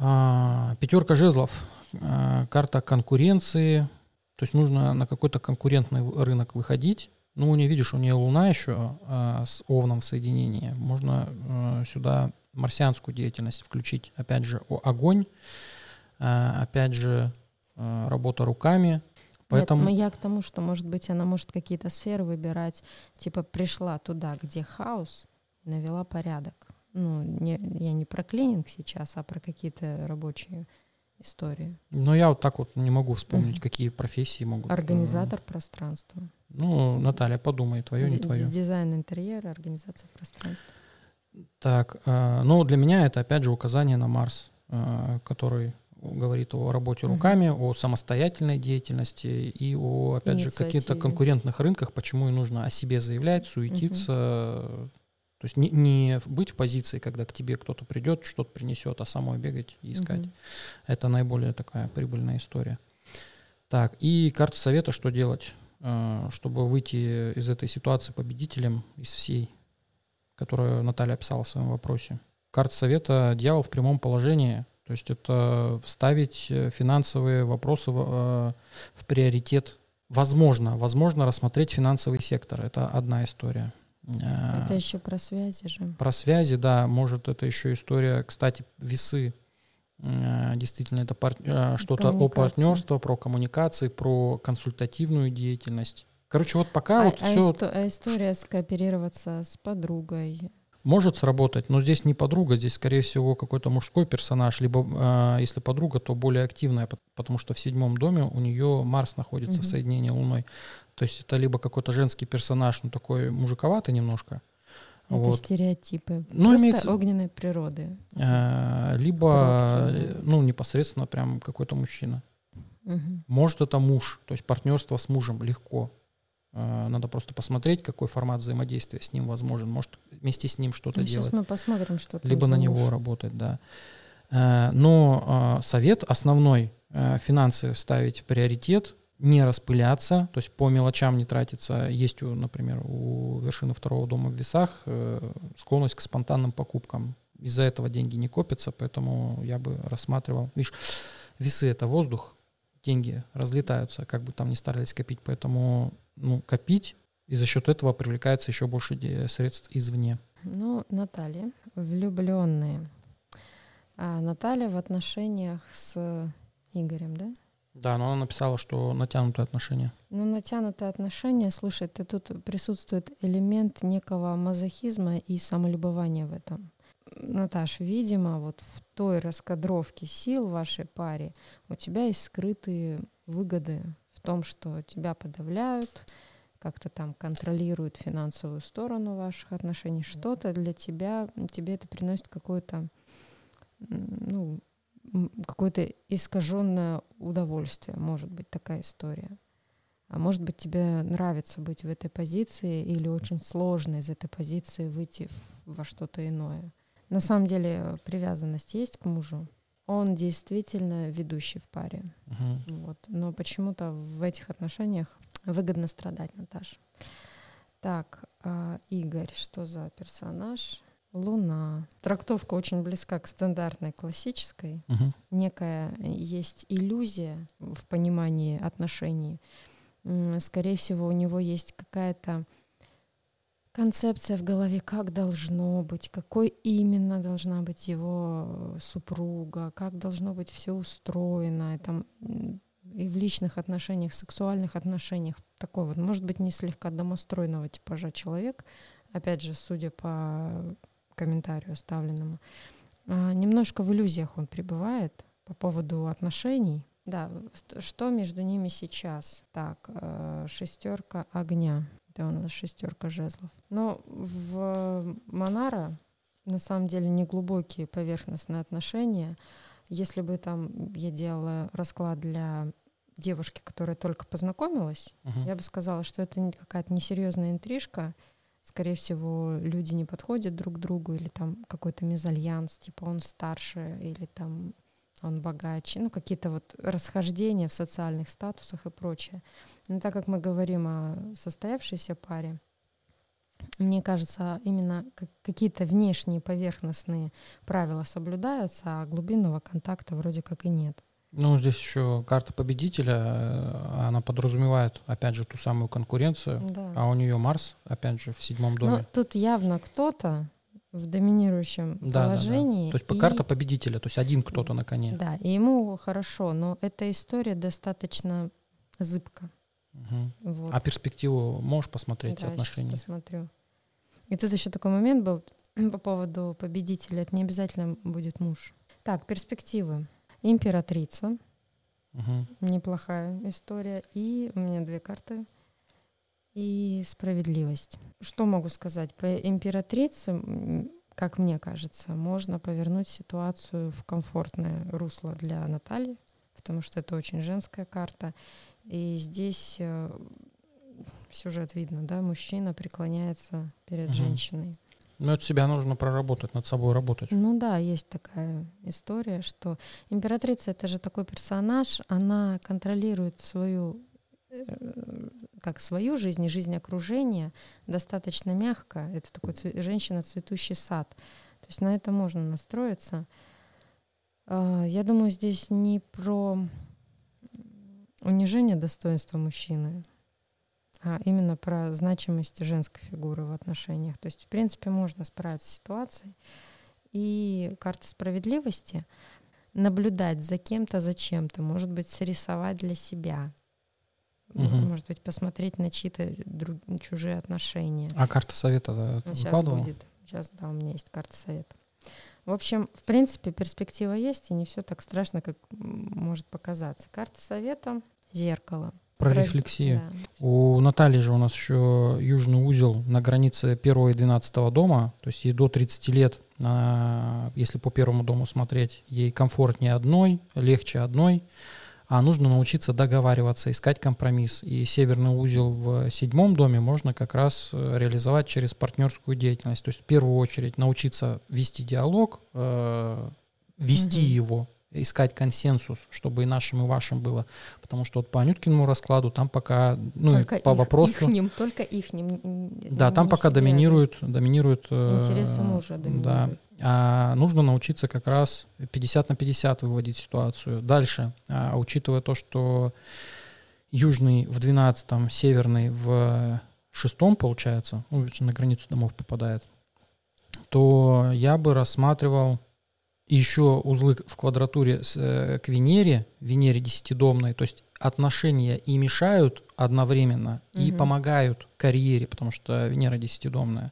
S1: Пятерка жезлов, карта конкуренции, то есть нужно на какой-то конкурентный рынок выходить. Ну, у нее, видишь, у нее Луна еще э, с Овном в соединении. Можно э, сюда марсианскую деятельность включить. Опять же, о, огонь, э, опять же, э, работа руками. Поэтому...
S2: Нет, я к тому, что, может быть, она может какие-то сферы выбирать, типа пришла туда, где хаос, навела порядок. Ну, не, я не про клининг сейчас, а про какие-то рабочие истории.
S1: Ну, я вот так вот не могу вспомнить, uh-huh. какие профессии могут...
S2: Организатор пространства.
S1: Ну, Наталья, подумай, твое, не твое.
S2: Дизайн интерьера, организация пространства.
S1: Так, э, ну, для меня это, опять же, указание на Марс, э, который говорит о работе руками, uh-huh. о самостоятельной деятельности и о, опять же, каких-то конкурентных рынках, почему и нужно о себе заявлять, суетиться... Uh-huh. То есть не, не быть в позиции, когда к тебе кто-то придет, что-то принесет, а самой бегать и искать. Угу. Это наиболее такая прибыльная история. Так, и карта совета, что делать, чтобы выйти из этой ситуации победителем, из всей, которую Наталья описала в своем вопросе. Карта совета «Дьявол в прямом положении», то есть это ставить финансовые вопросы в, в приоритет. Возможно, возможно рассмотреть финансовый сектор. Это одна история.
S2: Это еще про связи же.
S1: Про связи, да, может, это еще история, кстати, весы. Действительно, это пар... что-то о партнерстве, про коммуникации, про консультативную деятельность. Короче, вот пока
S2: а,
S1: вот
S2: а
S1: все...
S2: Исто... А история скооперироваться с подругой?
S1: Может сработать, но здесь не подруга, здесь, скорее всего, какой-то мужской персонаж, либо, э, если подруга, то более активная, потому что в седьмом доме у нее Марс находится угу. в соединении Луной. То есть это либо какой-то женский персонаж, ну такой мужиковатый немножко.
S2: Это
S1: вот.
S2: Стереотипы.
S1: Ну,
S2: просто
S1: имеется...
S2: огненной природы.
S1: Э, либо, ну, непосредственно прям какой-то мужчина.
S2: Угу.
S1: Может, это муж, то есть партнерство с мужем легко. Надо просто посмотреть, какой формат взаимодействия с ним возможен. Может, вместе с ним что-то
S2: ну,
S1: делать.
S2: Сейчас мы посмотрим, что там
S1: либо на него
S2: муж.
S1: работать, да. Но совет основной — финансы ставить в приоритет, не распыляться, то есть по мелочам не тратиться. Есть, у, например, у вершины второго дома в весах склонность к спонтанным покупкам. Из-за этого деньги не копятся, поэтому я бы рассматривал. Видишь, весы — это воздух, деньги разлетаются, как бы там ни старались копить, поэтому ну, копить, и за счет этого привлекается еще больше средств извне.
S2: Ну, Наталья, влюбленные. А Наталья в отношениях с Игорем, да?
S1: Да, но она написала, что натянутые отношения.
S2: Ну, натянутые отношения, слушай, ты, тут присутствует элемент некого мазохизма и самолюбования в этом. Наташ, видимо, вот в той раскадровке сил в вашей паре у тебя есть скрытые выгоды в том, что тебя подавляют, как-то там контролируют финансовую сторону ваших отношений, что-то для тебя, тебе это приносит какое-то, ну, какое-то искаженное удовольствие, может быть, такая история. А может быть, тебе нравится быть в этой позиции или очень сложно из этой позиции выйти во что-то иное. На самом деле привязанность есть к мужу. Он действительно ведущий в паре. Uh-huh. Вот. Но почему-то в этих отношениях выгодно страдать, Наташа. Так, а Игорь, что за персонаж? Луна. Трактовка очень близка к стандартной классической. Uh-huh. Некая есть иллюзия в понимании отношений. Скорее всего, у него есть какая-то концепция в голове, как должно быть, какой именно должна быть его супруга, как должно быть все устроено, и, там, и в личных отношениях, в сексуальных отношениях. Такой вот, может быть, не слегка домостройного типажа человек, опять же, судя по комментарию оставленному. А, немножко в иллюзиях он пребывает по поводу отношений. Да, что между ними сейчас? Так, шестерка огня. Это у нас шестерка жезлов. Но в Монара на самом деле не глубокие поверхностные отношения. Если бы там я делала расклад для девушки, которая только познакомилась, uh-huh. я бы сказала, что это какая-то несерьезная интрижка. Скорее всего, люди не подходят друг к другу, или там какой-то мезальянс, типа он старше, или там он богаче, ну какие-то вот расхождения в социальных статусах и прочее. Но так как мы говорим о состоявшейся паре, мне кажется, именно какие-то внешние поверхностные правила соблюдаются, а глубинного контакта вроде как и нет.
S1: Ну, здесь еще карта победителя, она подразумевает, опять же, ту самую конкуренцию,
S2: да.
S1: а у нее Марс, опять же, в седьмом доме.
S2: Но тут явно кто-то в доминирующем
S1: да,
S2: положении.
S1: Да, да. То есть
S2: и...
S1: карта победителя, то есть один кто-то на коне.
S2: Да, и ему хорошо, но эта история достаточно зыбка.
S1: Угу.
S2: Вот.
S1: А перспективу можешь посмотреть
S2: да,
S1: отношений?
S2: Сейчас посмотрю. И тут еще такой момент был по поводу победителя. Это не обязательно будет муж. Так, перспективы. Императрица.
S1: Угу.
S2: Неплохая история. И у меня две карты. И справедливость. Что могу сказать? По императрице, как мне кажется, можно повернуть ситуацию в комфортное русло для Натальи, потому что это очень женская карта. И здесь э, сюжет видно, да, мужчина преклоняется перед угу. женщиной.
S1: Ну, это себя нужно проработать, над собой работать.
S2: Ну да, есть такая история, что императрица — это же такой персонаж, она контролирует свою, как свою жизнь и жизнь окружения достаточно мягко. Это такой цве- женщина цветущий сад. То есть на это можно настроиться. Я думаю, здесь не про унижение достоинства мужчины, а именно про значимость женской фигуры в отношениях. То есть, в принципе, можно справиться с ситуацией. И карта справедливости — наблюдать за кем-то, за чем-то, может быть, срисовать для себя, угу. может быть, посмотреть на чьи-то друг, чужие отношения.
S1: А карта совета
S2: да, сейчас будет. Сейчас, да, у меня есть карта совета. В общем, в принципе, перспектива есть, и не все так страшно, как может показаться. Карта совета — зеркало.
S1: Про рефлексию. Да. У Натальи же у нас еще южный узел на границе первого и двенадцатого дома, то есть ей до тридцати лет, если по первому дому смотреть, ей комфортнее одной, легче одной, а нужно научиться договариваться, искать компромисс. И северный узел в седьмом доме можно как раз реализовать через партнерскую деятельность. То есть в первую очередь научиться вести диалог, э, вести угу. его, искать консенсус, чтобы и нашим, и вашим было. Потому что вот по Анюткиному раскладу там пока, ну,
S2: только
S1: по
S2: их,
S1: вопросу...
S2: Ихним, только ихним.
S1: Да, там пока доминирует... доминирует
S2: интересы мужа доминируют.
S1: Да. А нужно научиться как раз пятьдесят на пятьдесят выводить ситуацию. Дальше, а, учитывая то, что южный в двенадцатом, северный в шестом, получается, ну, на границу домов попадает, то я бы рассматривал еще узлы в квадратуре с, э, к Венере, Венере десятидомной, то есть отношения и мешают одновременно, угу. и помогают карьере, потому что Венера десятидомная.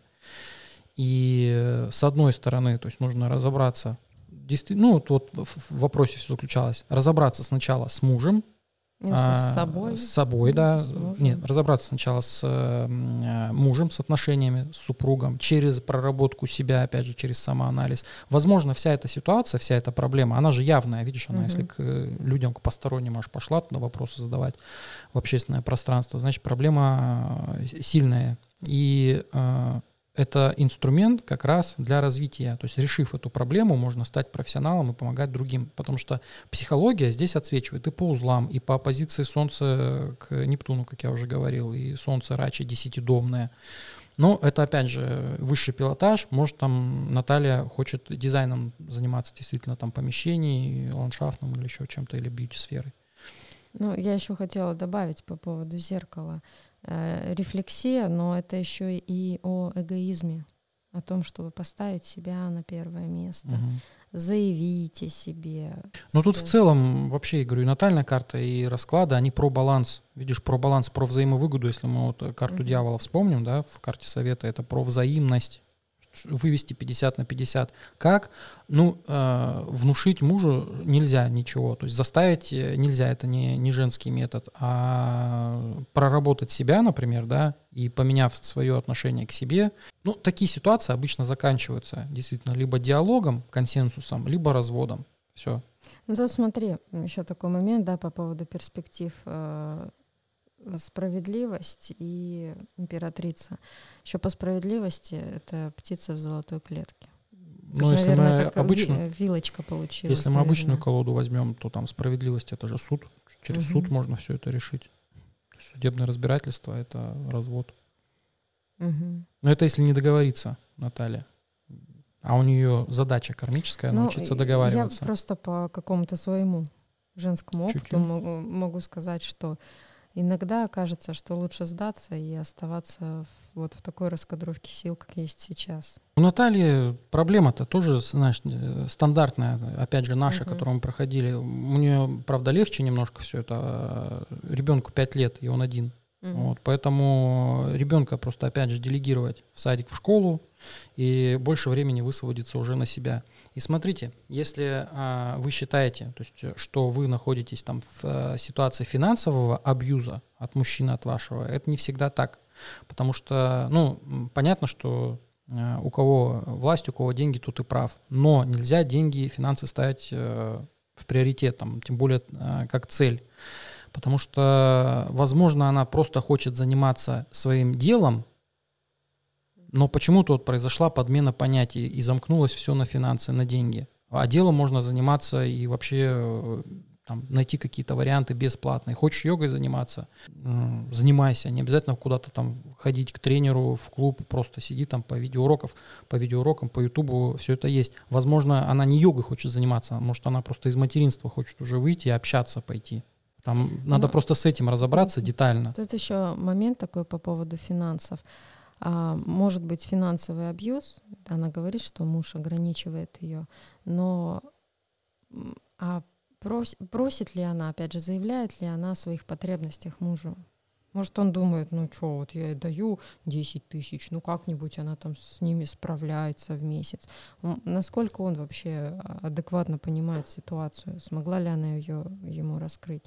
S1: И с одной стороны, то есть нужно разобраться, действительно, ну вот в вопросе все заключалось, разобраться сначала с мужем,
S2: а, с собой,
S1: с собой, да,
S2: с
S1: нет, разобраться сначала с э, мужем, с отношениями, с супругом, через проработку себя, опять же, через самоанализ. Возможно, вся эта ситуация, вся эта проблема, она же явная, видишь, она, угу. если к людям, к посторонним аж пошла туда вопросы задавать в общественное пространство, значит, проблема сильная. И э, это инструмент как раз для развития. То есть, решив эту проблему, можно стать профессионалом и помогать другим. Потому что психология здесь отсвечивает и по узлам, и по оппозиции Солнца к Нептуну, как я уже говорил, и Солнце Рачи десятидомное. Но это, опять же, высший пилотаж. Может, там Наталья хочет дизайном заниматься действительно там помещений, ландшафтным или еще чем-то, или бьюти-сферой.
S2: Ну, я еще хотела добавить по поводу зеркала. Рефлексия, но это еще и о эгоизме, о том, чтобы поставить себя на первое место, угу. заявить о себе.
S1: Ну тут в целом вообще, я говорю, и натальная карта, и расклады, они про баланс. Видишь, про баланс, про взаимовыгоду, если мы вот карту угу. дьявола вспомним, да, в карте совета, это про взаимность. вывести пятьдесят на пятьдесят. Как? Ну, э, внушить мужу нельзя ничего. То есть заставить нельзя, это не, не женский метод. А проработать себя, например, да, и поменяв свое отношение к себе. Ну, такие ситуации обычно заканчиваются действительно либо диалогом, консенсусом, либо разводом. Все.
S2: Ну, тут смотри, еще такой момент, да, по поводу перспектив. Э, справедливость и императрица. Еще по справедливости это птица в золотой клетке.
S1: Ну,
S2: Тут,
S1: если
S2: наверное,
S1: мы
S2: как
S1: обычно,
S2: вилочка получилась.
S1: если мы
S2: наверное.
S1: обычную колоду возьмем, то там справедливость — это же суд. Через
S2: Угу.
S1: суд можно все это решить. Судебное разбирательство — это развод.
S2: Угу.
S1: Но это если не договориться, Наталья. А у нее задача кармическая —
S2: Ну,
S1: научиться договариваться.
S2: Я просто по какому-то своему женскому опыту
S1: Чуть-чуть.
S2: могу, могу сказать, что иногда кажется, что лучше сдаться и оставаться в, вот в такой раскадровке сил, как есть сейчас.
S1: У Натальи проблема-то тоже, знаешь, стандартная, опять же, наша,
S2: Мгм.
S1: которую мы проходили. У нее, правда, легче немножко все это. Ребенку пять лет, и он один.
S2: Мгм.
S1: Вот, поэтому ребенка просто, опять же, делегировать в садик, в школу, и больше времени высвободиться уже на себя. И смотрите, если а, вы считаете, то есть, что вы находитесь там в а, ситуации финансового абьюза от мужчины, от вашего, это не всегда так. Потому что, ну, м, понятно, что а, у кого власть, у кого деньги, тут и прав. Но нельзя деньги, финансы ставить а, в приоритет, там, тем более а, как цель. Потому что, возможно, она просто хочет заниматься своим делом, но почему-то вот произошла подмена понятий и замкнулось все на финансы, на деньги. А делом можно заниматься и вообще э, там, найти какие-то варианты бесплатные. Хочешь йогой заниматься? М, Занимайся. Не обязательно куда-то там ходить к тренеру, в клуб. Просто сиди там по видеоурокам, по видеоурокам, по ютубу. Все это есть. Возможно, она не йогой хочет заниматься. Может, она просто из материнства хочет уже выйти и общаться, пойти. Там надо
S2: Ну,
S1: просто с этим разобраться детально.
S2: Тут еще момент такой по поводу финансов. А, может быть финансовый абьюз, она говорит, что муж ограничивает ее, но м, а прос, просит ли она, опять же, заявляет ли она о своих потребностях мужу? Может, он думает, ну что, вот я ей даю десять тысяч, ну как-нибудь она там с ними справляется в месяц. М, Насколько он вообще адекватно понимает ситуацию? Смогла ли она ее ему раскрыть?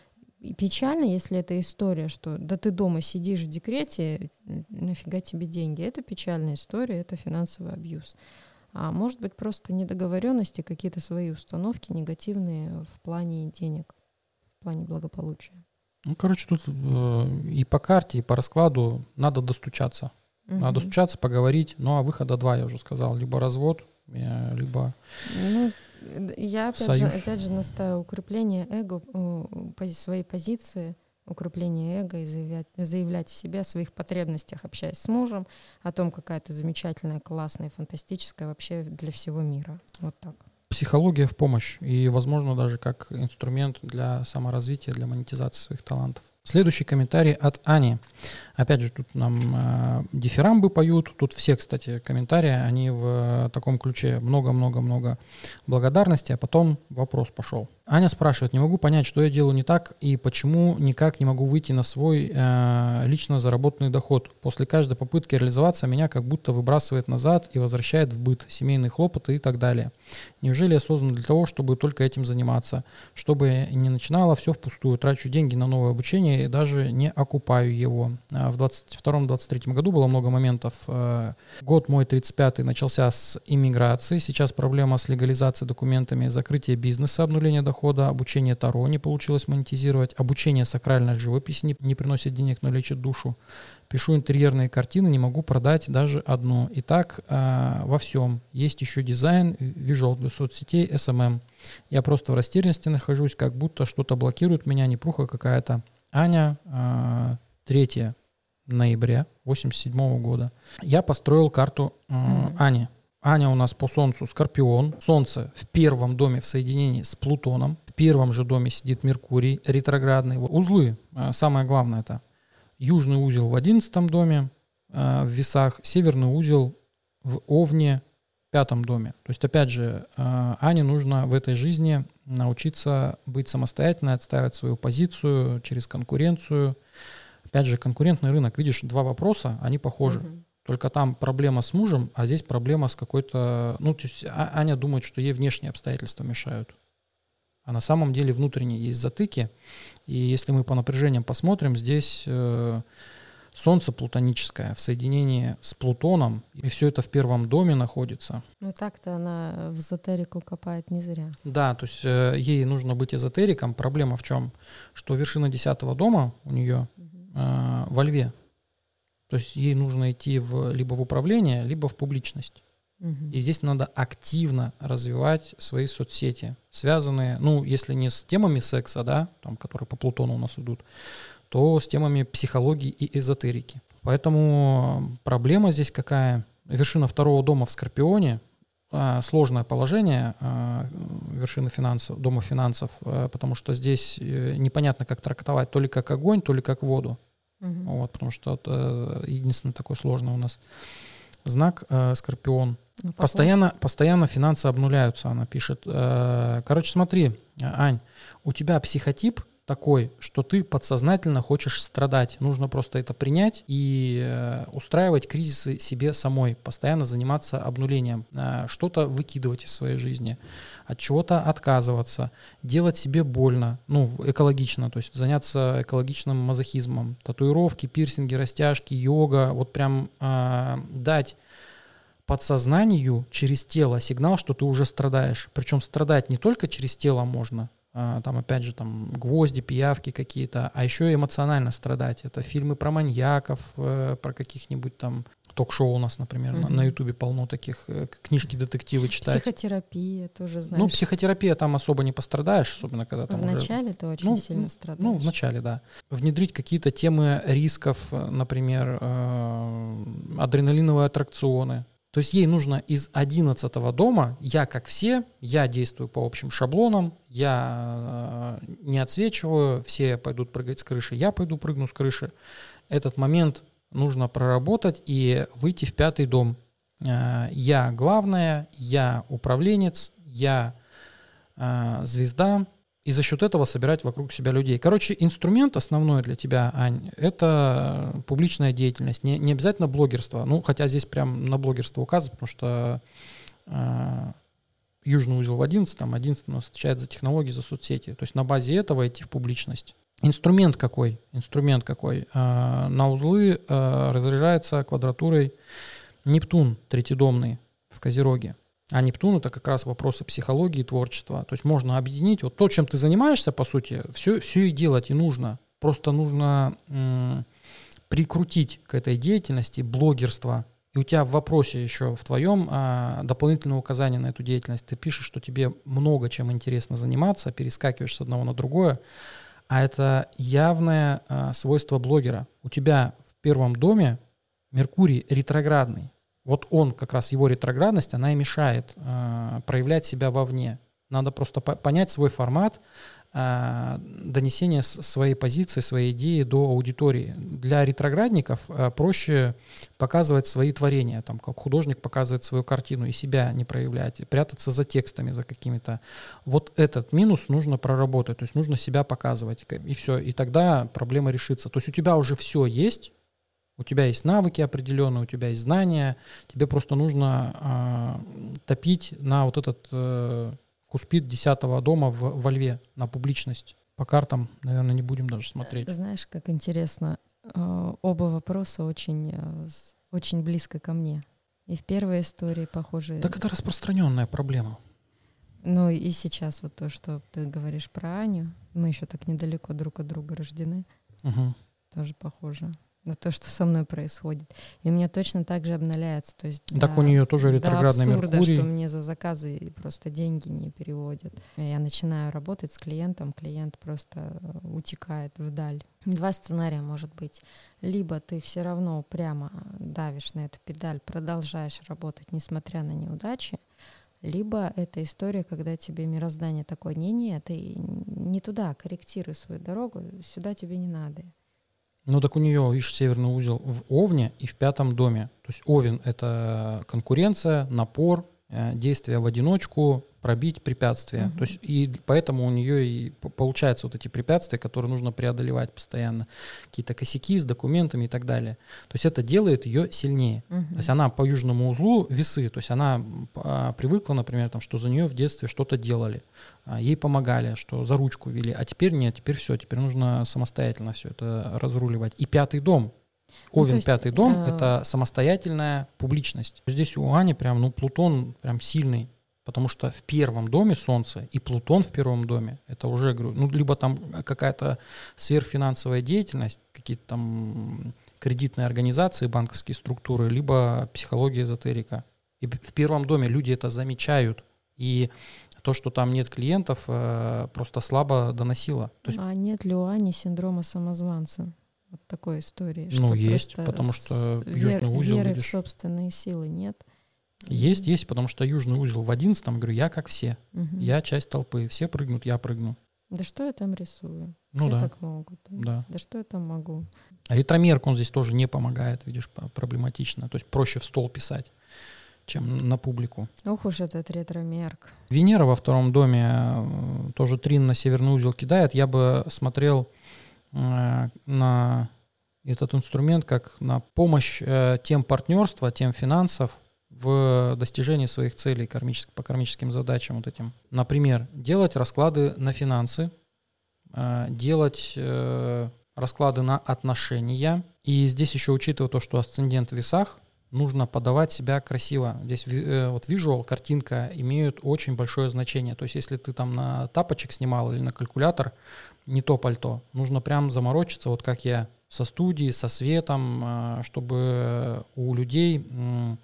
S2: И печально, если это история, что да ты дома сидишь в декрете, нафига тебе деньги. Это печальная история, это финансовый абьюз. А может быть просто недоговоренности, какие-то свои установки негативные в плане денег, в плане благополучия.
S1: Ну, короче, тут э, и по карте, и по раскладу надо достучаться.
S2: Мгм.
S1: Надо достучаться, поговорить. Ну, а выхода два, я уже сказал. Либо развод, э, либо...
S2: Ну, я опять же,
S1: Союз.
S2: опять же настаиваю укрепление эго, э, пози- своей позиции, укрепление эго и заявлять, заявлять о себе, о своих потребностях, общаясь с мужем, о том, какая ты замечательная, классная, фантастическая вообще для всего мира. Вот так.
S1: Психология в помощь. И, возможно, даже как инструмент для саморазвития, для монетизации своих талантов. Следующий комментарий от Ани. Опять же, тут нам э, дифирамбы поют. Тут все, кстати, комментарии, они в э, таком ключе. Много-много-много благодарности, а потом вопрос пошел. Аня спрашивает: не могу понять, что я делаю не так и почему никак не могу выйти на свой э, лично заработанный доход. После каждой попытки реализоваться меня как будто выбрасывает назад и возвращает в быт, семейные хлопоты и так далее. Неужели я создан для того, чтобы только этим заниматься? Чтобы не начинала все впустую, трачу деньги на новое обучение и даже не окупаю его. В двадцать втором — двадцать третьем году было много моментов. Год мой тридцать пятый начался с иммиграции. Сейчас проблема с легализацией документами, закрытие бизнеса, обнуление дохода, обучение Таро не получилось монетизировать, обучение сакральной живописи не, не приносит денег, но лечит душу. Пишу интерьерные картины, не могу продать даже одну. И так э, во всем. Есть еще дизайн, визуал для соцсетей, эс эм эм. Я просто в растерянности нахожусь, как будто что-то блокирует меня, непруха какая-то. Аня, э, третьего ноября восемьдесят седьмого года. Я построил карту э,
S2: Mm.
S1: Ани. Аня у нас по Солнцу Скорпион. Солнце в первом доме в соединении с Плутоном. В первом же доме сидит Меркурий ретроградный. Узлы, э, самое главное это. Южный узел в одиннадцатом доме э, в Весах, северный узел в Овне в пятом доме. То есть, опять же, э, Ане нужно в этой жизни научиться быть самостоятельной, отстаивать свою позицию через конкуренцию. Опять же, конкурентный рынок. Видишь, два вопроса, они похожи.
S2: Мгм.
S1: Только там проблема с мужем, а здесь проблема с какой-то... Ну, то есть А- Аня думает, что ей внешние обстоятельства мешают. А на самом деле внутренние есть затыки. И если мы по напряжениям посмотрим, здесь э, Солнце плутоническое в соединении с Плутоном, и все это в первом доме находится.
S2: Ну так-то она в эзотерику копает не зря.
S1: Да, то есть э, ей нужно быть эзотериком. Проблема в чем? Что вершина десятого дома у нее э, во Льве. То есть ей нужно идти в, либо в управление, либо в публичность.
S2: Угу.
S1: И здесь надо активно развивать свои соцсети, связанные, ну, если не с темами секса, да, там, которые по Плутону у нас идут, то с темами психологии и эзотерики. Поэтому проблема здесь какая? Вершина второго дома в Скорпионе, э, сложное положение э, вершины финансов, дома финансов, э, потому что здесь э, непонятно, как трактовать, то ли как огонь, то ли как воду.
S2: Угу.
S1: Вот, потому что это единственный такой сложный у нас знак э, Скорпион.
S2: Ну,
S1: Постоянно, постоянно финансы обнуляются, она пишет. Э, Короче, смотри, Ань, у тебя психотип такой, что ты подсознательно хочешь страдать. Нужно просто это принять и э, устраивать кризисы себе самой, постоянно заниматься обнулением, э, что-то выкидывать из своей жизни, от чего-то отказываться, делать себе больно, ну, экологично, то есть заняться экологичным мазохизмом, татуировки, пирсинги, растяжки, йога, вот прям э, дать подсознанию через тело сигнал, что ты уже страдаешь. Причем страдать не только через тело можно, там опять же там гвозди, пиявки какие-то, а еще и эмоционально страдать. Это фильмы про маньяков, про каких-нибудь там ток-шоу у нас, например, mm-hmm. на Ютубе полно таких, книжки, детективы читать.
S2: Психотерапия тоже, знаешь.
S1: Ну, психотерапия там особо не пострадаешь, особенно когда там
S2: В
S1: уже...
S2: начале ты очень
S1: ну,
S2: сильно страдаешь.
S1: Ну, в начале, да. Внедрить какие-то темы рисков, например, адреналиновые аттракционы. То есть ей нужно из одиннадцатого дома, я как все, я действую по общим шаблонам, я э, не отсвечиваю, все пойдут прыгать с крыши, я пойду прыгну с крыши. Этот момент нужно проработать и выйти в пятый дом. Э, я главная, я управленец, я э, звезда. И за счет этого собирать вокруг себя людей. Короче, инструмент основной для тебя, Ань, это публичная деятельность. Не, не обязательно блогерство. Ну, хотя здесь прям на блогерство указано, потому что э, южный узел в одиннадцатом, одиннадцатый у нас отвечает за технологии, за соцсети. То есть на базе этого идти в публичность. Инструмент какой? Инструмент какой? Э, на узлы э, разряжается квадратурой Нептун третидомный в Козероге. А Нептун — это как раз вопросы психологии и творчества. То есть можно объединить вот то, чем ты занимаешься, по сути, все, все и делать и нужно. Просто нужно м- прикрутить к этой деятельности блогерство. И у тебя в вопросе еще в твоем а, дополнительное указание на эту деятельность. Ты пишешь, что тебе много чем интересно заниматься, перескакиваешь с одного на другое. А это явное а, свойство блогера. У тебя в первом доме Меркурий ретроградный. Вот он, как раз его ретроградность, она и мешает э, проявлять себя вовне. Надо просто по- понять свой формат э, донесения с- своей позиции, своей идеи до аудитории. Для ретроградников э, проще показывать свои творения, там, как художник показывает свою картину, и себя не проявлять, и прятаться за текстами, за какими-то. Вот этот минус нужно проработать, то есть нужно себя показывать, и все, и тогда проблема решится. То есть у тебя уже все есть, у тебя есть навыки определенные, у тебя есть знания, тебе просто нужно э, топить на вот этот э, куспид десятого дома в, во Льве, на публичность. По картам, наверное, не будем даже смотреть.
S2: Знаешь, как интересно, э, оба вопроса очень, э, очень близко ко мне. И в первой истории, похоже...
S1: Так это распространенная проблема.
S2: Ну и сейчас вот то, что ты говоришь про Аню, мы еще так недалеко друг от друга рождены,
S1: Угу.
S2: тоже похоже на то, что со мной происходит. И у меня точно так же обновляется. То есть
S1: Так
S2: до,
S1: у нее тоже ретроградный
S2: до абсурда,
S1: Меркурий.
S2: что мне за заказы просто деньги не переводят. Я начинаю работать с клиентом, клиент просто утекает вдаль. Два сценария может быть. Либо ты все равно прямо давишь на эту педаль, продолжаешь работать, несмотря на неудачи, либо это история, когда тебе мироздание такое: не-не, ты не туда, корректируй свою дорогу, сюда тебе не надо.
S1: Ну так у нее, видишь, северный узел в Овне и в пятом доме. То есть Овен — это конкуренция, напор, э, действия в одиночку, пробить препятствия.
S2: Мгм.
S1: То есть и поэтому у нее и п- получаются вот эти препятствия, которые нужно преодолевать постоянно. Какие-то косяки с документами и так далее. То есть это делает ее сильнее.
S2: Мгм.
S1: То есть она по южному узлу весы, то есть она а, привыкла, например, там, что за нее в детстве что-то делали, а, ей помогали, что за ручку вели, а теперь нет, теперь все, теперь нужно самостоятельно все это разруливать. И пятый дом,
S2: Ну, то
S1: Овен
S2: есть,
S1: пятый дом,
S2: э,
S1: это самостоятельная публичность. Здесь у Ани прям, ну, Плутон прям сильный, потому что в первом доме Солнце и Плутон в первом доме, это уже, говорю, ну, либо там какая-то сверхфинансовая деятельность, какие-то там кредитные организации, банковские структуры, либо психология, эзотерика. И в первом доме люди это замечают, и то, что там нет клиентов, э, просто слабо доносило. То есть,
S2: А нет ли у Ани синдрома самозванца? Вот такой истории.
S1: ну,
S2: что
S1: есть,
S2: просто
S1: потому
S2: с-
S1: что
S2: вер-
S1: южный узел,
S2: веры в
S1: видишь,
S2: собственные силы нет.
S1: есть, есть, потому что южный узел в одиннадцатом, говорю, я как все,
S2: Мгм.
S1: я часть толпы, все прыгнут, я прыгну.
S2: Да что я там рисую?
S1: Ну
S2: Все
S1: да.
S2: так могут.
S1: Да.
S2: Да что я там могу?
S1: А ретромерк, он здесь тоже не помогает, видишь, п- проблематично. То есть проще в стол писать, чем на публику.
S2: Ох уж этот ретромерк.
S1: Венера во втором доме э, тоже трин на северный узел кидает. Я бы смотрел э, на этот инструмент как на помощь э, тем партнерства, тем финансов в достижении своих целей кармических, по кармическим задачам вот этим. Например, делать расклады на финансы, э, делать э, расклады на отношения. И здесь еще учитывая то, что асцендент в весах, нужно подавать себя красиво. Здесь ви- э, вот визуал, картинка имеют очень большое значение. То есть если ты там на тапочек снимал или на калькулятор, не то пальто. Нужно прям заморочиться, вот как я, со студией, со светом, э, чтобы у людей м,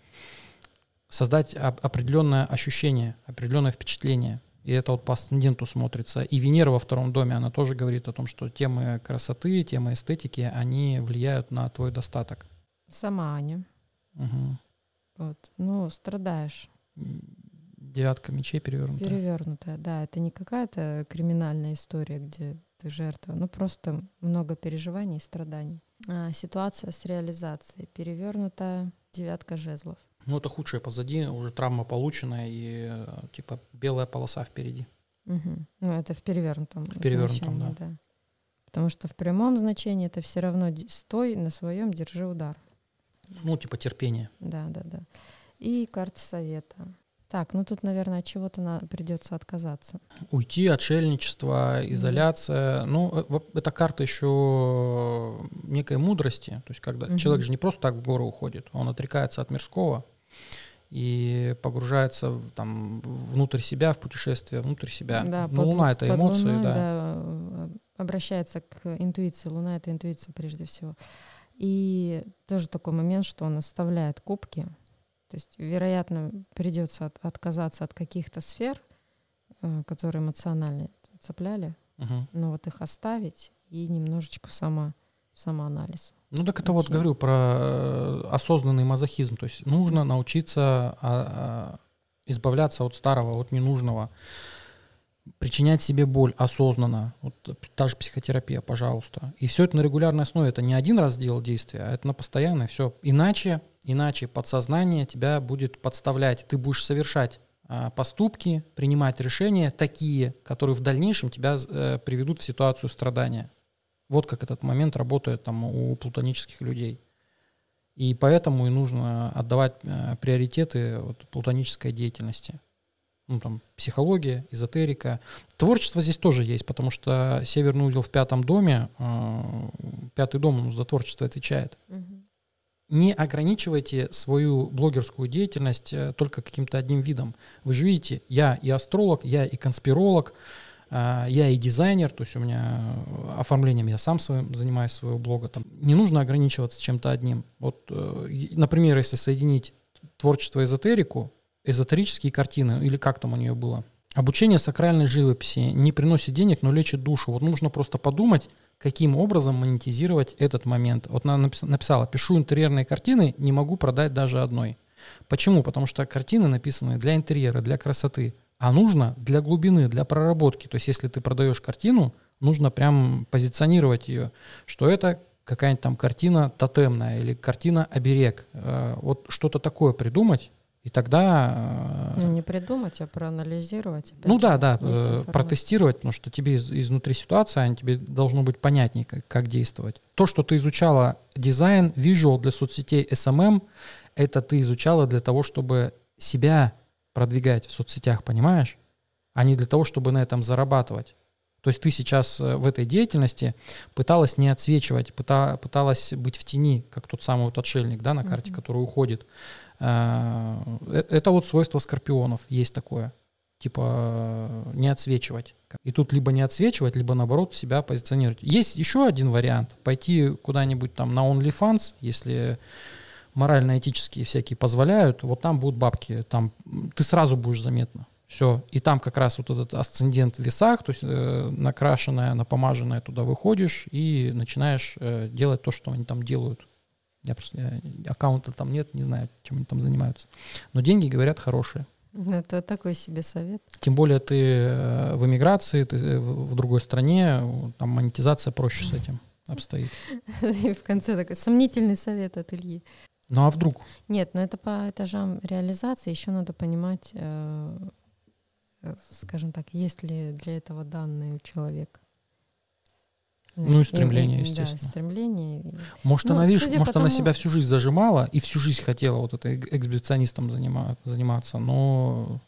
S1: создать оп- определенное ощущение, определенное впечатление. И это вот по асценденту смотрится. И Венера во втором доме, она тоже говорит о том, что темы красоты, темы эстетики, они влияют на твой достаток.
S2: Сама Аня.
S1: Мгм.
S2: Вот. Ну, страдаешь.
S1: Девятка мечей перевернутая.
S2: Перевернутая. Да, это не какая-то криминальная история, где ты жертва. Ну, просто много переживаний и страданий. А, ситуация с реализацией. Перевернутая девятка жезлов.
S1: Ну, это худшее позади, уже травма полученная и э, типа белая полоса впереди.
S2: Мгм. Ну, это в перевернутом
S1: В перевернутом,
S2: значении, да. Потому что в прямом значении это все равно д- стой на своем, держи удар.
S1: Ну, типа терпение.
S2: Да, да, да. И карта совета. Так, ну тут, наверное, от чего-то на- придется отказаться.
S1: Уйти, отшельничество, изоляция. Ну, э, во- это карта еще некой мудрости. То есть, когда
S2: Мгм.
S1: человек же не просто так в гору уходит, он отрекается от мирского и погружается в, там, внутрь себя, в путешествие внутрь себя.
S2: Да,
S1: Ну,
S2: под лу-
S1: Луна — это
S2: под
S1: эмоции,
S2: Луной,
S1: да.
S2: да, обращается к интуиции. Луна — это интуиция прежде всего. И тоже такой момент, что он оставляет кубки. То есть, вероятно, придется от- отказаться от каких-то сфер, э, которые эмоционально цепляли,
S1: Мгм.
S2: но вот их оставить и немножечко в само, в самоанализ.
S1: Ну, так это вот
S2: Вообще.
S1: говорю про э, осознанный мазохизм. То есть нужно научиться а, а, избавляться от старого, от ненужного, причинять себе боль осознанно. Вот та же психотерапия, пожалуйста. И все это на регулярной основе. Это не один раз сделал действие, а это на постоянное все. Иначе, иначе подсознание тебя будет подставлять. Ты будешь совершать а, поступки, принимать решения такие, которые в дальнейшем тебя э, приведут в ситуацию страдания. Вот как этот момент работает там у плутонических людей. И поэтому и нужно отдавать э, приоритеты вот, плутонической деятельности. Ну, там, психология, эзотерика. Творчество здесь тоже есть, потому что северный узел в пятом доме, э, пятый дом он за творчество отвечает. Не ограничивайте свою блогерскую деятельность э, только каким-то одним видом. Вы же видите, я и астролог, я и конспиролог, э, я и дизайнер, то есть у меня оформлением я сам своим, занимаюсь своего блога. Там. Не нужно ограничиваться чем-то одним. Вот, э, и, например, если соединить творчество и эзотерику, эзотерические картины, или как там у нее было, обучение сакральной живописи не приносит денег, но лечит душу. Вот нужно просто подумать, каким образом монетизировать этот момент. Вот она напис- написала, пишу интерьерные картины, не могу продать даже одной. Почему? Потому что картины написаны для интерьера, для красоты, а нужно для глубины, для проработки. То есть если ты продаешь картину, нужно прям позиционировать ее, что это какая-нибудь там картина тотемная или картина оберег. Э, Вот что-то такое придумать, И тогда...
S2: Ну, не придумать, а проанализировать.
S1: Ну да, да, э, протестировать, потому что тебе из, изнутри ситуации, они тебе должно быть понятнее, как, как действовать. То, что ты изучала дизайн, visual для соцсетей, эс эм эм, это ты изучала для того, чтобы себя продвигать в соцсетях, понимаешь? А не для того, чтобы на этом зарабатывать. То есть ты сейчас в этой деятельности пыталась не отсвечивать, пыта, пыталась быть в тени, как тот самый вот отшельник, да, на карте, mm-hmm. который уходит. Это вот свойство скорпионов, есть такое. Типа не отсвечивать. И тут либо не отсвечивать, либо наоборот себя позиционировать. Есть еще один вариант. Пойти куда-нибудь там на OnlyFans, если морально-этические всякие позволяют, вот там будут бабки, там ты сразу будешь заметна. Все. И там как раз вот этот асцендент в весах, то есть э, накрашенная, напомаженная, туда выходишь и начинаешь э, делать то, что они там делают. Я просто я, аккаунта там нет, не знаю, чем они там занимаются. Но деньги, говорят, хорошие.
S2: Это такой себе совет.
S1: Тем более ты э, в эмиграции, ты в, в другой стране, там монетизация проще с этим обстоит.
S2: И в конце такой сомнительный совет от Ильи.
S1: Ну а вдруг?
S2: Нет, но это по этажам реализации. Еще надо понимать, э, скажем так, есть ли для этого данные у человека.
S1: Ну и стремление,
S2: и, и,
S1: естественно.
S2: Да, стремление.
S1: Может,
S2: ну,
S1: она, видишь, может,
S2: потому...
S1: она себя всю жизнь зажимала и всю жизнь хотела вот этой эксбиционистом занима- заниматься, но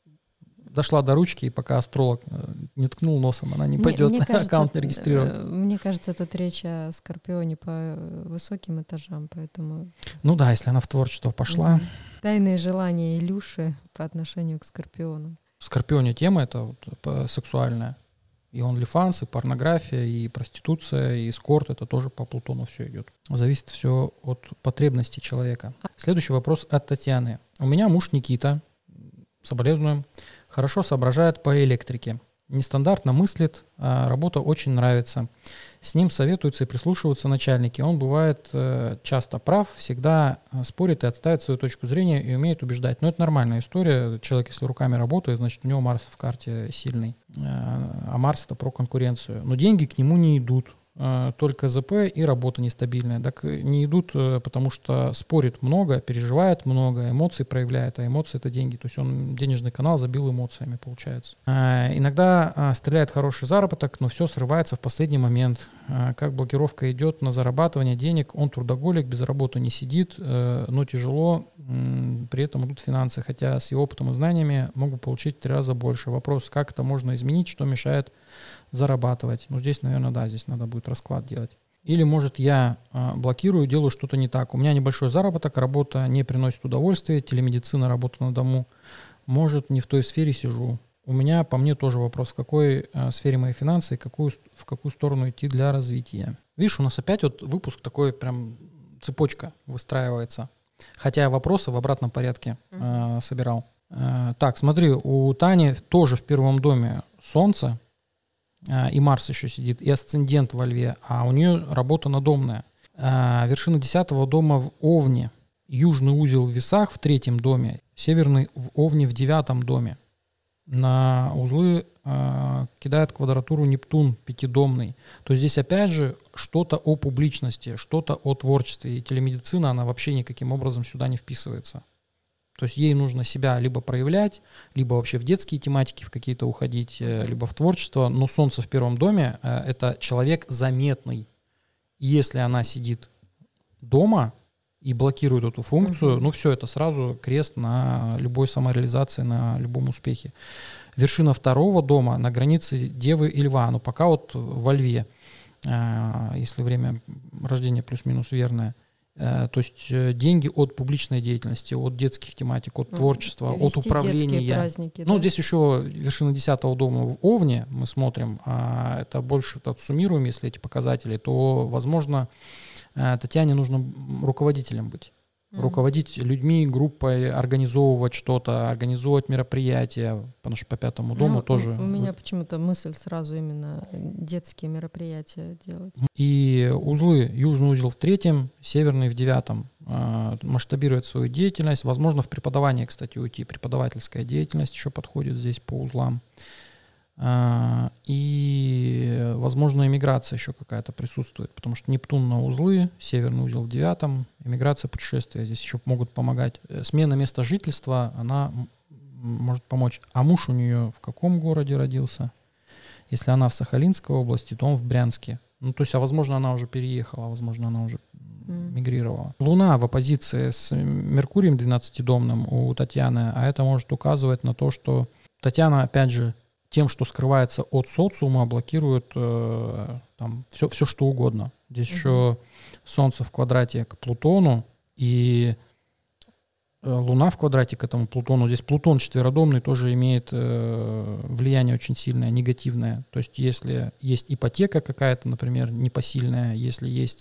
S1: дошла до ручки, и пока астролог не ткнул носом, она не пойдет
S2: мне, мне кажется,
S1: аккаунт не регистрировать.
S2: Мне кажется, тут речь о Скорпионе по высоким этажам, поэтому...
S1: Ну да, если она в творчество пошла.
S2: Тайные желания Илюши по отношению к Скорпиону.
S1: В Скорпионе тема это вот сексуальная. И OnlyFans, и порнография, и проституция, и эскорт, это тоже по Плутону все идет. Зависит все от потребностей человека. Следующий вопрос от Татьяны. У меня муж Никита, соболезную, хорошо соображает по электрике. Нестандартно мыслит, а работа очень нравится. С ним советуются и прислушиваются начальники. Он бывает э, часто прав, всегда спорит и отстаивает свою точку зрения и умеет убеждать. Но это нормальная история. Человек, если руками работает, значит, у него Марс в карте сильный. Э, а Марс — это про конкуренцию. Но деньги к нему не идут. Э, только ЗП и работа нестабильная. Так не идут, э, потому что спорит много, переживает много, эмоции проявляет, а эмоции — это деньги. То есть он денежный канал забил эмоциями, получается. Э, иногда э, стреляет хороший заработок, но все срывается в последний момент. Э, как блокировка идет на зарабатывание денег, он трудоголик, без работы не сидит, э, но тяжело, э, при этом идут финансы, хотя с его опытом и знаниями могут получить в три раза больше. Вопрос, как это можно изменить, что мешает зарабатывать. Ну, здесь, наверное, да, здесь надо будет расклад делать. Или, может, я э, блокирую, делаю что-то не так. У меня небольшой заработок, работа не приносит удовольствия, телемедицина, работа на дому. Может, не в той сфере сижу. У меня, по мне, тоже вопрос, в какой э, сфере мои финансы и какую, в какую сторону идти для развития. Видишь, у нас опять вот выпуск такой, прям цепочка выстраивается. Хотя я вопросы в обратном порядке э, собирал. Э, так, смотри, у Тани тоже в первом доме Солнце, и Марс еще сидит, и асцендент во Льве, а у нее работа надомная. А вершина десятого дома в Овне, южный узел в Весах в третьем доме, северный в Овне в девятом доме. На узлы э, кидает квадратуру Нептун пятидомный. То есть здесь опять же что-то о публичности, что-то о творчестве. И телемедицина, она вообще никаким образом сюда не вписывается. То есть ей нужно себя либо проявлять, либо вообще в детские тематики в какие-то уходить, либо в творчество. Но Солнце в первом доме — это человек заметный. И если она сидит дома и блокирует эту функцию, mm-hmm. ну все, это сразу крест на любой самореализации, на любом успехе. Вершина второго дома на границе Девы и Льва, но пока вот во Льве, если время рождения плюс-минус верное. То есть деньги от публичной деятельности, от детских тематик, от творчества,
S2: вести
S1: от управления.
S2: Праздники,
S1: ну,
S2: да?
S1: Здесь еще вершина десятого дома в Овне мы смотрим, а это больше так, суммируем, если эти показатели, то, возможно, Татьяне нужно руководителем быть. Mm-hmm. Руководить людьми, группой, организовывать что-то, организовывать мероприятия, потому что по пятому дому
S2: ну,
S1: тоже...
S2: У меня почему-то мысль сразу именно детские мероприятия делать.
S1: И узлы, южный узел в третьем, северный в девятом, э, масштабировать свою деятельность, возможно, в преподавание, кстати, уйти. Преподавательская деятельность еще подходит здесь по узлам. А, и, возможно, эмиграция еще какая-то присутствует, потому что Нептун на узлы, северный узел в девятом, эмиграция, путешествия здесь еще могут помогать. Смена места жительства, она может помочь. А муж у нее в каком городе родился? Если она в Сахалинской области, то он в Брянске. Ну, то есть, а возможно, она уже переехала, возможно, она уже mm. мигрировала. Луна в оппозиции с Меркурием двенадцатидомным у Татьяны, а это может указывать на то, что Татьяна, опять же, тем, что скрывается от социума, блокирует э, там все, все, что угодно. Здесь mm-hmm. еще Солнце в квадрате к Плутону и э, Луна в квадрате к этому Плутону. Здесь Плутон четверодомный тоже имеет э, влияние очень сильное, негативное. То есть если есть ипотека какая-то, например, непосильная, если есть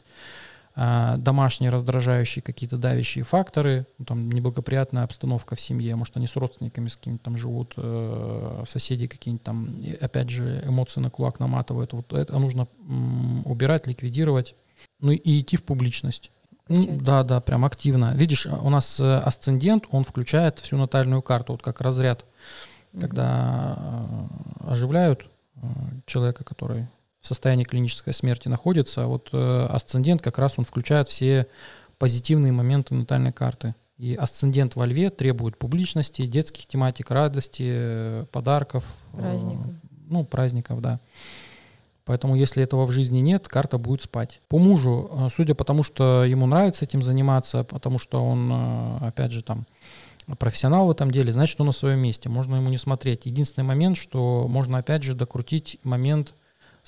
S1: э, домашние раздражающие какие-то давящие факторы, ну, там неблагоприятная обстановка в семье, может, они с родственниками с какими-то там живут, э, соседи какие-нибудь там, и, опять же, эмоции на кулак наматывают. Вот это нужно м, убирать, ликвидировать, ну и идти в публичность. Ну, да, да, прям активно. Видишь, у нас асцендент, он включает всю натальную карту, вот как разряд, mm-hmm. когда э, оживляют э, человека, который в состоянии клинической смерти находится, вот э, асцендент как раз он включает все позитивные моменты натальной карты. И асцендент во Льве требует публичности, детских тематик, радости, подарков.
S2: Праздников.
S1: Э, ну, праздников, да. Поэтому, если этого в жизни нет, карта будет спать. По мужу, судя по тому, что ему нравится этим заниматься, потому что он, опять же, там профессионал в этом деле, значит, он на своем месте. Можно ему не смотреть. Единственный момент, что можно, опять же, докрутить момент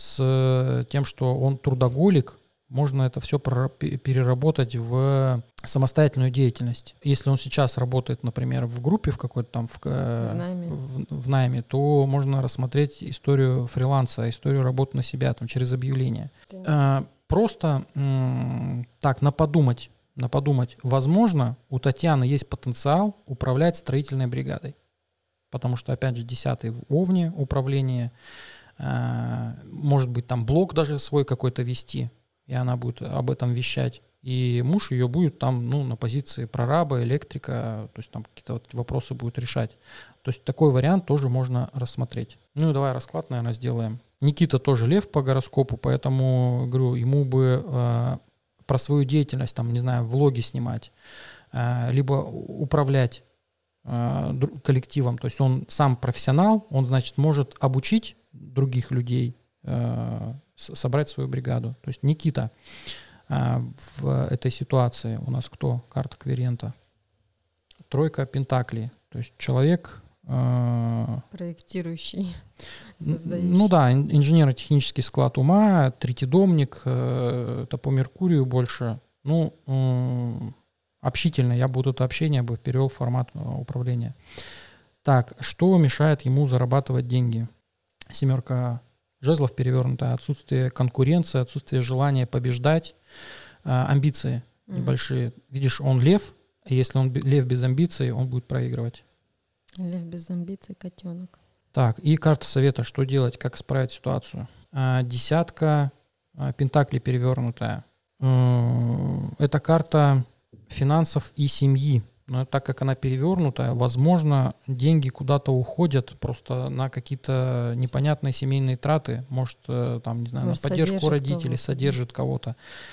S1: с тем, что он трудоголик, можно это все переработать в самостоятельную деятельность. Если он сейчас работает, например, в группе в какой-то там, в, в, найме. В, в найме, то можно рассмотреть историю фриланса, историю работы на себя там, через объявление. А, просто м- так, на подумать, на подумать. Возможно, у Татьяны есть потенциал управлять строительной бригадой. Потому что, опять же, десятый в Овне управление, а, может быть, там блог даже свой какой-то вести, и она будет об этом вещать. И муж ее будет там, ну, на позиции прораба, электрика, то есть там какие-то вот вопросы будет решать. То есть такой вариант тоже можно рассмотреть. Ну и давай расклад, наверное, сделаем. Никита тоже лев по гороскопу, поэтому, говорю, ему бы э, про свою деятельность, там, не знаю, влоги снимать, э, либо управлять э, коллективом. То есть он сам профессионал, он, значит, может обучить других людей, э, собрать свою бригаду. То есть Никита а, в этой ситуации у нас кто? Карта Кверента. Тройка пентаклей. То есть человек... А,
S2: проектирующий, создающий.
S1: Ну да, инженерно-технический склад ума, третидомник, это по Меркурию больше. Ну, общительно. Я бы вот это общение бы перевел в формат управления. Так, что мешает ему зарабатывать деньги? Семерка жезлов перевернутая, отсутствие конкуренции, отсутствие желания побеждать, э, амбиции mm-hmm. небольшие. Видишь, он лев, и если он лев без амбиций, он будет проигрывать.
S2: Лев без амбиций, котенок.
S1: Так, и карта совета, что делать, как исправить ситуацию. А, десятка а, пентаклей перевернутая. Э, это карта финансов и семьи. Но так как она перевернутая, возможно, деньги куда-то уходят просто на какие-то непонятные семейные траты. Может, там, не знаю, Может, на поддержку родителей, кого-то. содержит кого-то.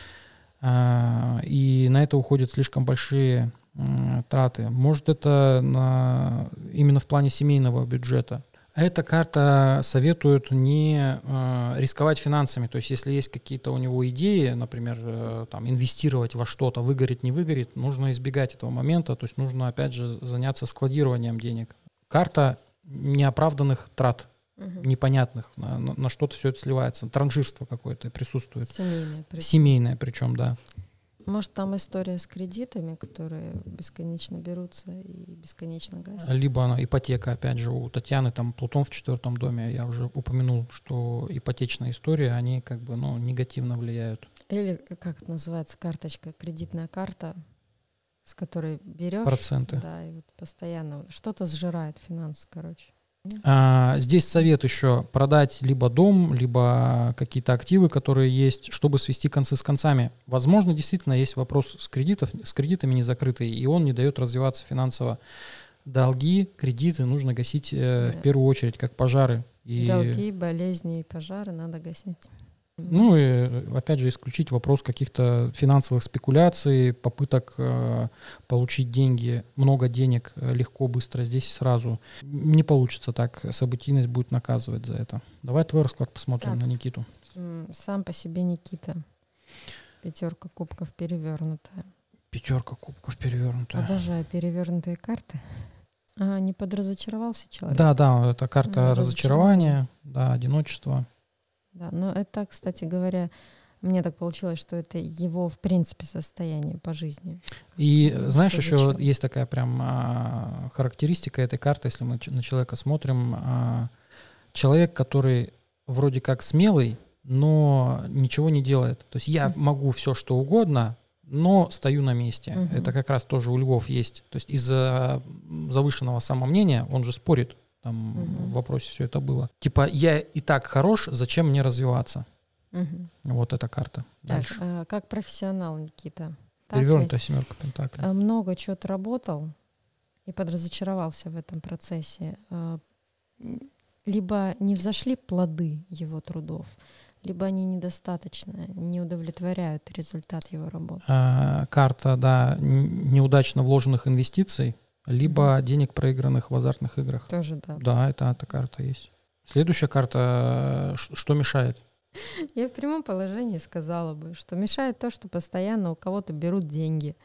S1: И на это уходят слишком большие траты. Может, это на, именно в плане семейного бюджета. Эта карта советует не э, рисковать финансами. То есть, если есть какие-то у него идеи, например, э, там, инвестировать во что-то, выгорит, не выгорит, нужно избегать этого момента. То есть, нужно, опять же, заняться складированием денег. Карта неоправданных трат, угу. непонятных, на, на, на что-то все это сливается. Транжирство какое-то присутствует.
S2: Семейное. Причем.
S1: Семейное причем, да.
S2: Может, там история с кредитами, которые бесконечно берутся и бесконечно гасятся.
S1: Либо она, ипотека, опять же, у Татьяны, там Плутон в четвертом доме, я уже упомянул, что ипотечные истории, они как бы, ну, негативно влияют.
S2: Или, как это называется, карточка, кредитная карта, с которой берешь.
S1: Проценты.
S2: Да, и вот постоянно что-то сжирает финансы, короче.
S1: А, здесь совет еще продать либо дом, либо какие-то активы, которые есть, чтобы свести концы с концами. Возможно, действительно есть вопрос с, кредитов, с кредитами не закрытый, и он не дает развиваться финансово. Долги, кредиты нужно гасить э, в первую очередь, как пожары. И,
S2: долги, болезни и пожары надо гасить.
S1: ну и опять же исключить вопрос каких-то финансовых спекуляций, попыток э, получить деньги, много денег э, легко, быстро здесь сразу. Не получится так, событийность будет наказывать за это. Давай твой расклад посмотрим
S2: Так.
S1: на Никиту.
S2: М, Сам по себе Никита. Пятерка кубков перевернутая.
S1: Пятерка кубков перевернутая.
S2: Обожаю перевернутые карты. А, не подразочаровался человек?
S1: Да, да, это карта
S2: Ну,
S1: разочарования, да, одиночества.
S2: Да, но это, кстати говоря, мне так получилось, что это его, в принципе, состояние по жизни.
S1: И
S2: Ну,
S1: знаешь,
S2: что
S1: еще
S2: зачем?
S1: есть такая прям а, характеристика этой карты, если мы ч- на человека смотрим. а, человек, который вроде как смелый, но ничего не делает. То есть я
S2: Мгм.
S1: могу все что угодно, но стою на месте.
S2: Мгм.
S1: Это как раз тоже у львов есть. То есть из-за завышенного самомнения он же спорит. Там
S2: Мгм.
S1: в вопросе все это было. Типа я и так хорош, зачем мне развиваться?
S2: Мгм.
S1: Вот эта карта.
S2: Так,
S1: Дальше.
S2: а, как профессионал, Никита. так ли?
S1: Перевернутая семерка пентаклей.
S2: А, Много чего ты работал и подразочаровался в этом процессе. А, м, Либо не взошли плоды его трудов, либо они недостаточно, не удовлетворяют результат его работы.
S1: А, карта, да, н- неудачно вложенных инвестиций, либо денег, проигранных в азартных играх.
S2: Тоже да.
S1: Да, это эта карта есть. Следующая карта, э, ш- что мешает?
S2: Я в прямом положении сказала бы, что мешает то, что постоянно у кого-то берут деньги,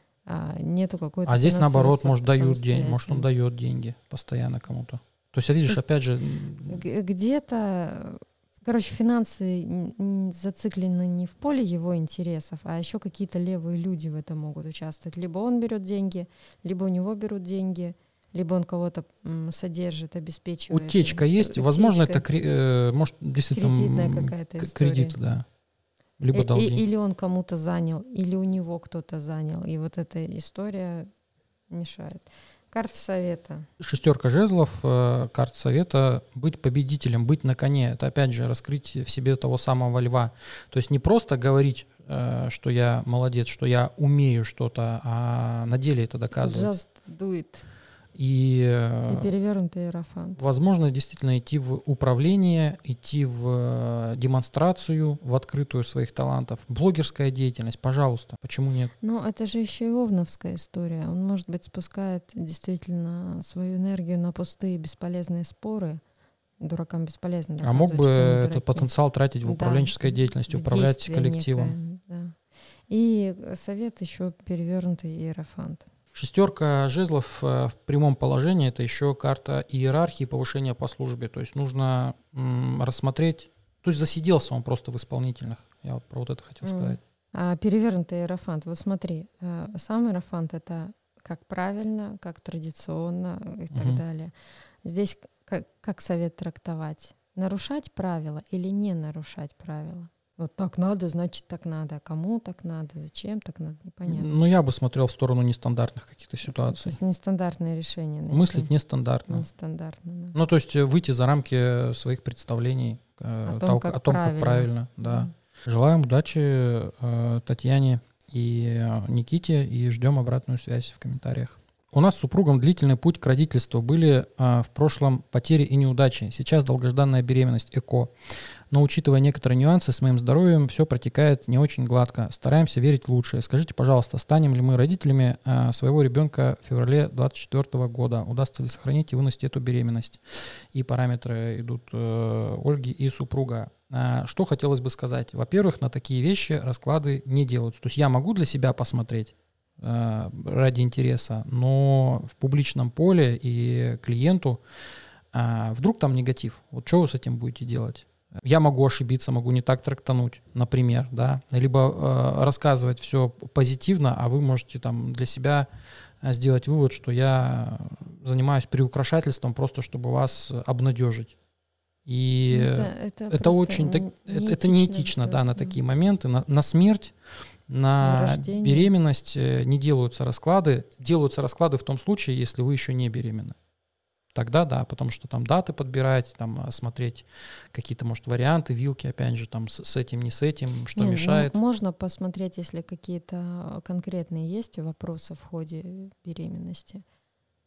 S2: а нету какой-то
S1: А здесь
S2: финансовой
S1: наоборот,
S2: са-
S1: может, дают деньги, может, он
S2: самостоятельности.
S1: дает деньги постоянно кому-то. То есть, видишь,
S2: То есть
S1: опять же, м,
S2: Г- Где-то, короче, финансы н- н- зациклены не в поле его интересов, а еще какие-то левые люди в этом могут участвовать. Либо он берет деньги, либо у него берут деньги, либо он кого-то м, содержит, обеспечивает.
S1: утечка
S2: И-
S1: есть.
S2: утечка,
S1: Возможно, это, кре- э, может, действительно...
S2: кредитная
S1: м,
S2: какая-то
S1: к-
S2: история.
S1: Кредит, да. Либо
S2: И-
S1: долги.
S2: и- или он кому-то занял, или у него кто-то занял. И вот эта история мешает. Карта совета.
S1: Шестерка жезлов, э, карта совета, быть победителем, быть на коне. Это опять же раскрыть в себе того самого льва. То есть не просто говорить, э, что я молодец, что я умею что-то, а на деле это доказывать.
S2: Just do it.
S1: И, э,
S2: И перевернутый иерофант.
S1: возможно, действительно идти в управление, идти в э, демонстрацию, в открытую своих талантов. Блогерская деятельность, пожалуйста, почему нет?
S2: Ну, это же еще и овновская история. Он, может быть, спускает действительно свою энергию на пустые бесполезные споры. Дуракам бесполезно
S1: А мог
S2: доказывать,
S1: бы
S2: что они
S1: этот
S2: дураки.
S1: потенциал тратить в
S2: Да,
S1: управленческой деятельности,
S2: в
S1: управлять
S2: действие
S1: коллективом.
S2: некое, да. И совет еще перевернутый иерофант.
S1: Шестерка жезлов э, в прямом положении — это еще карта иерархии, повышения по службе. То есть нужно м, рассмотреть... То есть засиделся он просто в исполнительных. Я вот про вот это хотел
S2: М.
S1: сказать.
S2: А перевернутый иерофант. Вот смотри, э, сам иерофант — это как правильно, как традиционно и так
S1: Мгм.
S2: далее. Здесь как, как совет трактовать? Нарушать правила или не нарушать правила? Вот так надо, значит так надо. А кому так надо? Зачем так надо? Непонятно.
S1: Ну, я бы смотрел в сторону нестандартных каких-то
S2: То
S1: ситуаций.
S2: есть нестандартное решение. найти.
S1: Мыслить нестандартно.
S2: Нестандартно, да.
S1: Ну, то есть э, выйти за рамки своих представлений э,
S2: О том,
S1: того,
S2: как
S1: о том,
S2: правильно.
S1: как правильно. Да. Желаем удачи э, Татьяне и э, Никите, и ждем обратную связь в комментариях. У нас с супругом длительный путь к родительству. Были э, в прошлом потери и неудачи. Сейчас долгожданная беременность, ЭКО. Но учитывая некоторые нюансы с моим здоровьем, все протекает не очень гладко. Стараемся верить в лучшее. Скажите, пожалуйста, станем ли мы родителями э, своего ребенка в феврале двадцать четвёртого года? Удастся ли сохранить и выносить эту беременность? И параметры идут э, Ольги и супруга. А, что хотелось бы сказать? Во-первых, на такие вещи расклады не делаются. То есть я могу для себя посмотреть э, ради интереса, но в публичном поле и клиенту э, вдруг там негатив. Вот что вы с этим будете делать? Я могу ошибиться, могу не так трактануть, например, да, либо э, рассказывать все позитивно, а вы можете там для себя сделать вывод, что я занимаюсь приукрашательством просто, чтобы вас обнадежить. И
S2: Это,
S1: это,
S2: это,
S1: это
S2: просто
S1: очень, так-
S2: н-
S1: это, это неэтично, да, на
S2: просто.
S1: такие моменты, на, на смерть, на
S2: Рождение.
S1: беременность э, не делаются расклады, делаются расклады в том случае, если вы еще не беременны. Тогда да, потому что там даты подбирать, там смотреть какие-то, может, варианты, вилки, опять же, там с, с этим, не с этим, что
S2: Не, ну,
S1: мешает.
S2: можно посмотреть, если какие-то конкретные есть вопросы в ходе беременности.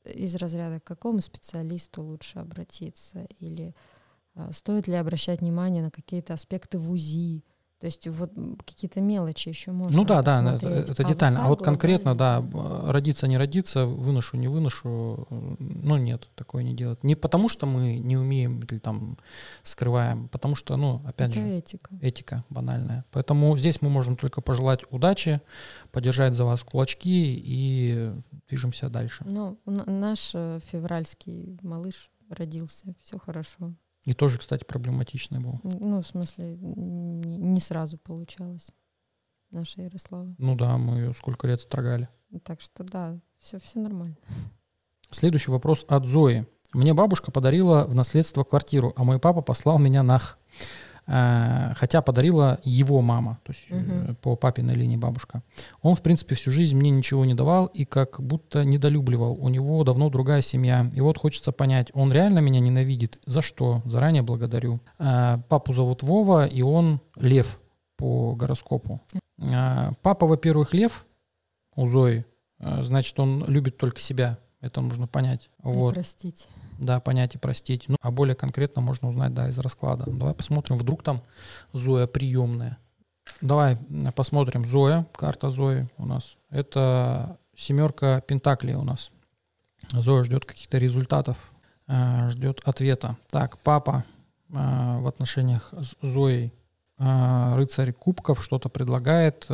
S2: из разряда, к какому специалисту лучше обратиться, или а, стоит ли обращать внимание на какие-то аспекты в УЗИ. То есть вот какие-то мелочи еще можно
S1: Ну да, да, это,
S2: посмотреть.
S1: это
S2: а
S1: детально.
S2: Вот
S1: а вот конкретно, да,
S2: глобально...
S1: родиться, не родиться, выношу, не выношу, ну нет, такое не делать. Не потому, что мы не умеем или там скрываем, потому что, ну, опять
S2: это
S1: же,
S2: этика.
S1: этика банальная. Поэтому здесь мы можем только пожелать удачи, подержать за вас кулачки и движемся дальше.
S2: Ну, наш февральский малыш родился, все хорошо.
S1: И тоже, кстати, проблематичный был.
S2: Ну, в смысле, не сразу получалось наша Ярослава.
S1: Ну да, мы ее сколько лет строгали.
S2: Так что да, все, все нормально.
S1: Следующий вопрос от Зои. Мне бабушка подарила в наследство квартиру, а мой папа послал меня нах. Хотя подарила его мама, то есть угу. по папиной линии бабушка. Он, в принципе, всю жизнь мне ничего не давал и как будто недолюбливал. У него давно другая семья. И вот хочется понять, он реально меня ненавидит? За что? Заранее благодарю. Папу зовут Вова, и он лев по гороскопу. Папа, во-первых, лев у Зои, значит, он любит только себя. Это нужно понять.
S2: И
S1: вот.
S2: простить.
S1: Да, понять и простить. Ну, а более конкретно можно узнать, да, из расклада. Давай посмотрим, вдруг там Зоя приемная. Давай посмотрим. Зоя, карта Зои у нас. Это семерка пентаклей у нас. Зоя ждет каких-то результатов, ждет ответа. Так, папа в отношениях с Зоей, рыцарь кубков, что-то предлагает.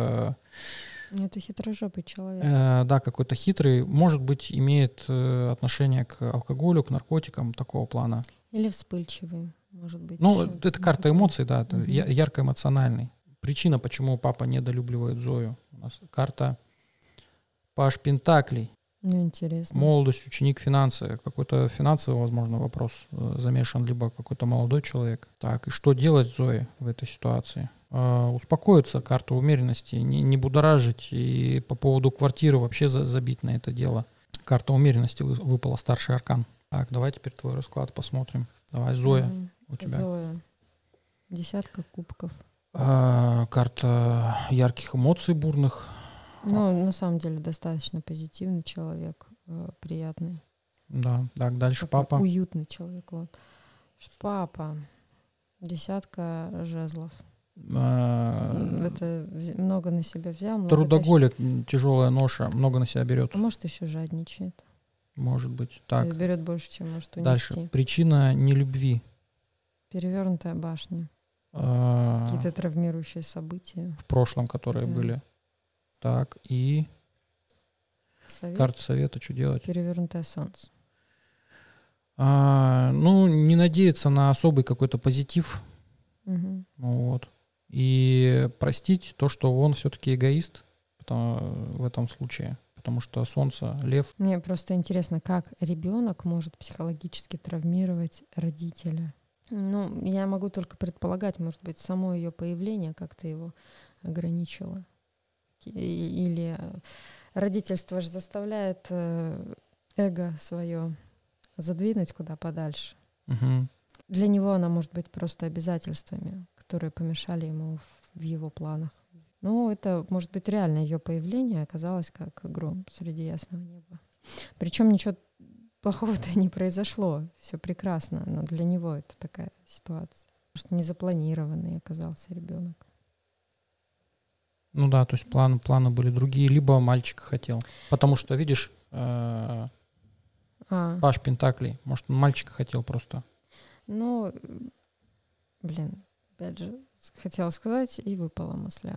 S2: Это хитрожопый человек.
S1: Э, да, какой-то хитрый. Может быть, имеет э, отношение к алкоголю, к наркотикам такого плана.
S2: Или вспыльчивый, может быть.
S1: Ну,
S2: еще.
S1: это карта эмоций, да, это
S2: угу.
S1: ярко эмоциональный. Причина, почему папа недолюбливает Зою. У нас карта Паш Пентаклей.
S2: Ну, интересно.
S1: Молодость, ученик, финансы. Какой-то финансовый, возможно, вопрос э, замешан, либо какой-то молодой человек. Так, и что делать Зое в этой ситуации? Uh, успокоиться, карта умеренности, не, не будоражить, и по поводу квартиры вообще за, забить на это дело. Карта умеренности вы, выпала, старший аркан. Так, давай теперь твой расклад посмотрим. Давай, Зоя, uh-huh. у тебя.
S2: Зоя. Десятка кубков.
S1: Uh, карта ярких эмоций, бурных.
S2: Ну, на самом деле, достаточно позитивный человек, э, приятный.
S1: Да, так, дальше
S2: такой
S1: папа.
S2: Уютный человек, вот. Папа. Десятка жезлов. Это много на себя взял.
S1: Трудоголик, тащит. Тяжелая ноша, много на себя берет.
S2: А может, еще жадничает.
S1: Может быть. Так.
S2: Берет больше, чем может унести.
S1: Дальше. Причина нелюбви.
S2: Перевернутая башня.
S1: А...
S2: Какие-то травмирующие события.
S1: В прошлом, которые да. были. Так, и...
S2: Совет.
S1: Карта совета, что делать?
S2: Перевернутое солнце.
S1: А, ну, не надеяться на особый какой-то позитив.
S2: Угу.
S1: Вот. И простить то, что он все-таки эгоист в этом случае, потому что солнце, лев.
S2: Мне просто интересно, как ребенок может психологически травмировать родителя. Ну, я могу только предполагать, может быть, само ее появление как-то его ограничило. Или родительство же заставляет эго свое задвинуть куда подальше.
S1: Угу.
S2: Для него она может быть просто обязательствами, которые помешали ему в его планах. Ну, это, может быть, реально ее появление оказалось как гром среди ясного неба. Причем ничего плохого-то не произошло, все прекрасно, но для него это такая ситуация. Может, незапланированный оказался ребенок.
S1: Ну да, то есть планы, планы были другие, либо мальчика хотел. Потому что, видишь, э,
S2: а.
S1: Паш Пентаклей, может, он мальчика хотел просто.
S2: Ну, блин, опять же, хотела сказать, и выпала мысля.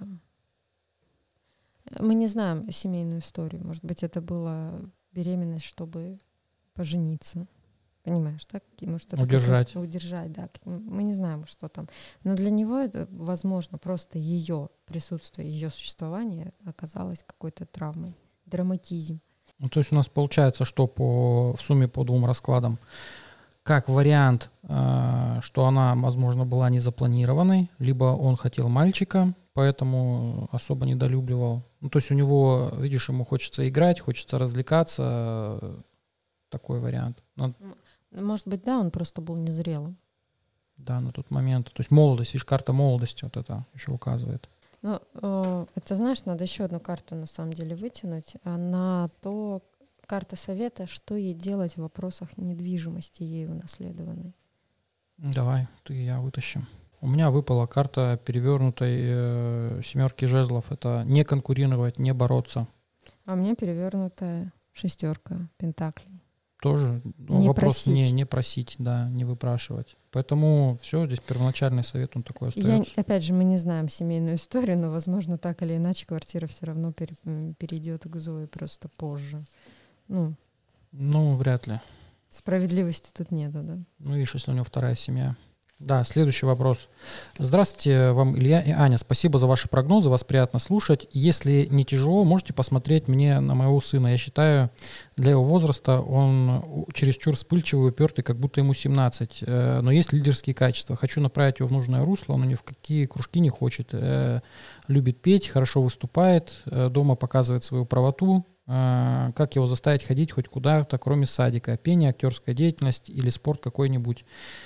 S2: Мы не знаем семейную историю. Может быть, это была беременность, чтобы пожениться. Понимаешь, так? Может, это
S1: удержать.
S2: Удержать, да. Мы не знаем, что там. Но для него это, возможно, просто ее присутствие, ее существование оказалось какой-то травмой. Драматизм.
S1: Ну, то есть у нас получается, что по, в сумме по двум раскладам, как вариант, э, что она, возможно, была не запланированной, либо он хотел мальчика, поэтому особо недолюбливал. Ну, то есть у него, видишь, ему хочется играть, хочется развлекаться, э, такой вариант. Но...
S2: Может быть, да, он просто был незрелым.
S1: Да, на тот момент. То есть молодость, видишь, карта молодости вот это еще указывает.
S2: Ну, э, это, знаешь, надо еще одну карту, на самом деле, вытянуть на то, карта совета, что ей делать в вопросах недвижимости ею унаследованной.
S1: Давай, ты и я вытащим. У меня выпала карта перевернутой э, семерки жезлов. Это не конкурировать, не бороться.
S2: А у меня перевернутая шестерка пентаклей.
S1: Тоже
S2: Не
S1: вопрос
S2: просить.
S1: не, не просить, да, не выпрашивать. Поэтому все, здесь первоначальный совет, он такой
S2: Я,
S1: остается.
S2: опять же, мы не знаем семейную историю, но, возможно, так или иначе квартира все равно пере- м, перейдет к Зое просто позже. Ну,
S1: Ну, вряд ли.
S2: справедливости тут нету, да?
S1: Ну, видишь, если у него вторая семья. Да, следующий вопрос. Здравствуйте вам, Илья и Аня. Спасибо за ваши прогнозы, вас приятно слушать. Если не тяжело, можете посмотреть мне на моего сына. Я считаю, для его возраста он чересчур вспыльчивый, упертый, как будто ему семнадцать. Э, Но есть лидерские качества. Хочу направить его в нужное русло, он ни в какие кружки не хочет. Э, Любит петь, хорошо выступает, э, дома показывает свою правоту. Э, Как его заставить ходить хоть куда-то, кроме садика? Пение, актерская деятельность или спорт какой-нибудь?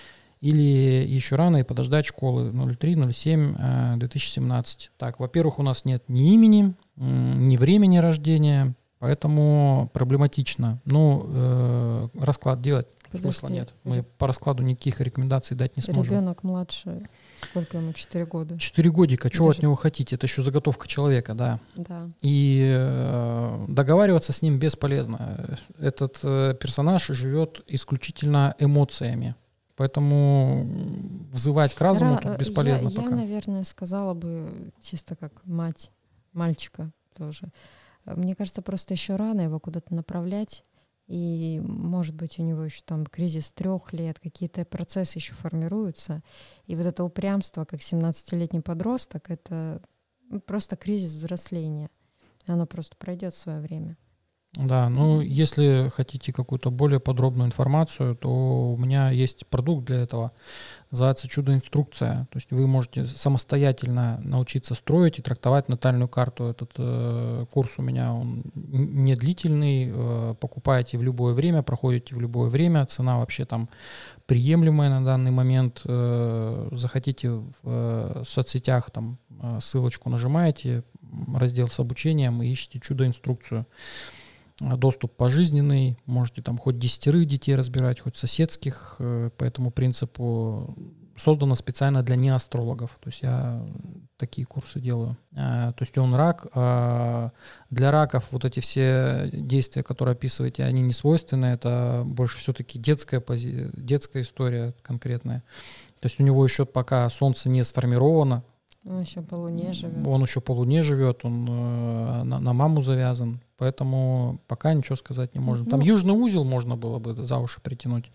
S1: Или еще рано и подождать школы ноль три ноль семь две тысячи семнадцать. Так, во-первых, у нас нет ни имени, м, ни времени рождения, поэтому проблематично. Ну, э, расклад делать смысла
S2: Подожди,
S1: нет. Мы
S2: ре-
S1: по раскладу никаких рекомендаций дать не сможем.
S2: Ребенок младше, сколько ему, четыре года?
S1: Четыре годика, чего
S2: Даже-
S1: от него хотите? Это еще заготовка человека, да.
S2: Да.
S1: И э, договариваться с ним бесполезно. Этот э, персонаж живет исключительно эмоциями. Поэтому взывать к разуму
S2: Ра-
S1: тут
S2: э,
S1: бесполезно
S2: я,
S1: пока.
S2: Я, наверное, сказала бы, чисто как мать мальчика тоже. Э, Мне кажется, просто еще рано его куда-то направлять. И, может быть, у него еще там кризис трех лет, какие-то процессы еще формируются. И вот это упрямство, как семнадцатилетний подросток, это ну, просто кризис взросления. И оно просто пройдет в свое время.
S1: Да, ну если хотите какую-то более подробную информацию, то у меня есть продукт для этого. Называется «Чудо-инструкция». То есть вы можете самостоятельно научиться строить и трактовать натальную карту. Этот э, курс у меня он н- не длительный. Э, покупаете в любое время, проходите в любое время. Цена вообще там приемлемая на данный момент. Э, захотите в э, соцсетях, там э, ссылочку нажимаете, раздел с обучением и ищите «Чудо-инструкцию». Доступ пожизненный, можете там хоть десятерых детей разбирать, хоть соседских, э, по этому принципу. Создано специально для неастрологов, то есть я такие курсы делаю. А, то есть он рак, а для раков вот эти все действия, которые описываете, они не свойственны, это больше все-таки детская, пози... детская история конкретная. То есть у него еще пока солнце не сформировано,
S2: Он еще по Луне живет.
S1: он еще по Луне живет, он э, на, на маму завязан, поэтому пока ничего сказать не можем. Там
S2: Ну,
S1: южный узел можно было бы за уши притянуть,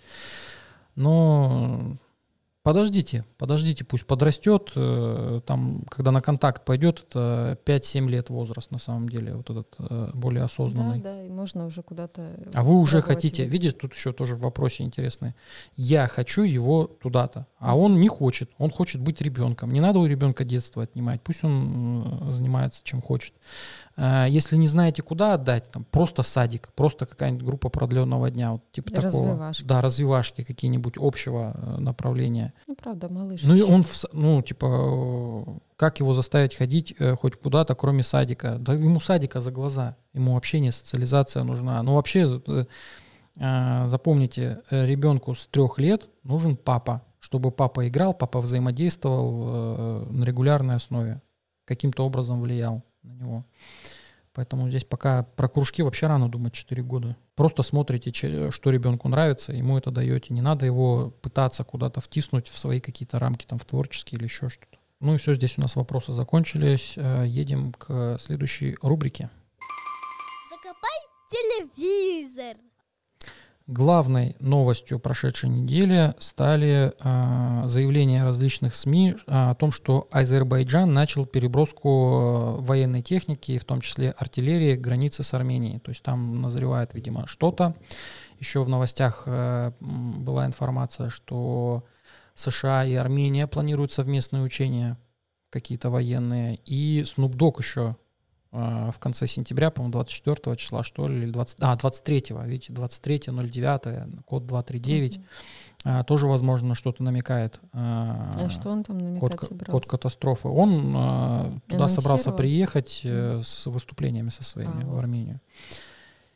S1: но подождите, подождите, пусть подрастет, э, там, когда на контакт пойдет, это пять-семь лет возраст на самом деле, вот этот э, более осознанный.
S2: Да, да, и можно уже куда-то.
S1: А вы уже
S2: пробовать
S1: хотите,
S2: выйти.
S1: видите, тут еще тоже в вопросе интересный. Я хочу его туда-то, а он не хочет, он хочет быть ребенком. Не надо у ребенка детство отнимать, пусть он э, занимается чем хочет. А если не знаете, куда отдать, там просто садик, просто какая-нибудь группа продленного дня, вот типа такого.
S2: Развивашки.
S1: Да, развивашки какие-нибудь общего э, направления.
S2: Ну, правда, малыш.
S1: Ну и
S2: еще.
S1: он, в с- ну типа, э, как его заставить ходить э, хоть куда-то, кроме садика? Да ему садика за глаза, ему общение, социализация нужна. Ну вообще, э, э, запомните, э, ребенку с трех лет нужен папа, чтобы папа играл, папа взаимодействовал э, на регулярной основе, каким-то образом влиял на него. Поэтому здесь пока про кружки вообще рано думать, четыре года. Просто смотрите, че- что ребенку нравится, ему это даете. Не надо его пытаться куда-то втиснуть в свои какие-то рамки, там, в творческие или еще что-то. Ну и все, здесь у нас вопросы закончились. Э, Едем к следующей рубрике.
S3: Закопай телевизор.
S1: Главной новостью прошедшей недели стали э, заявления различных СМИ э, о том, что Азербайджан начал переброску э, военной техники, в том числе артиллерии, к границе с Арменией. То есть там назревает, видимо, что-то. Еще в новостях э, м, была информация, что США и Армения планируют совместные учения какие-то военные. И Snoop Dogg еще в конце сентября, по-моему, двадцать четвёртого числа, что ли, или двадцать, а, двадцать третьего, видите, двадцать третьего ноль девятого, код два три девять,
S2: Мгм.
S1: а, тоже, возможно, на что-то намекает. А,
S2: А что он там
S1: код,
S2: намекать
S1: ка-
S2: собрался?
S1: код катастрофы. Он а, туда собрался
S2: Анонсировал?
S1: приехать э, с выступлениями со своими
S2: А,
S1: в
S2: вот.
S1: Армению.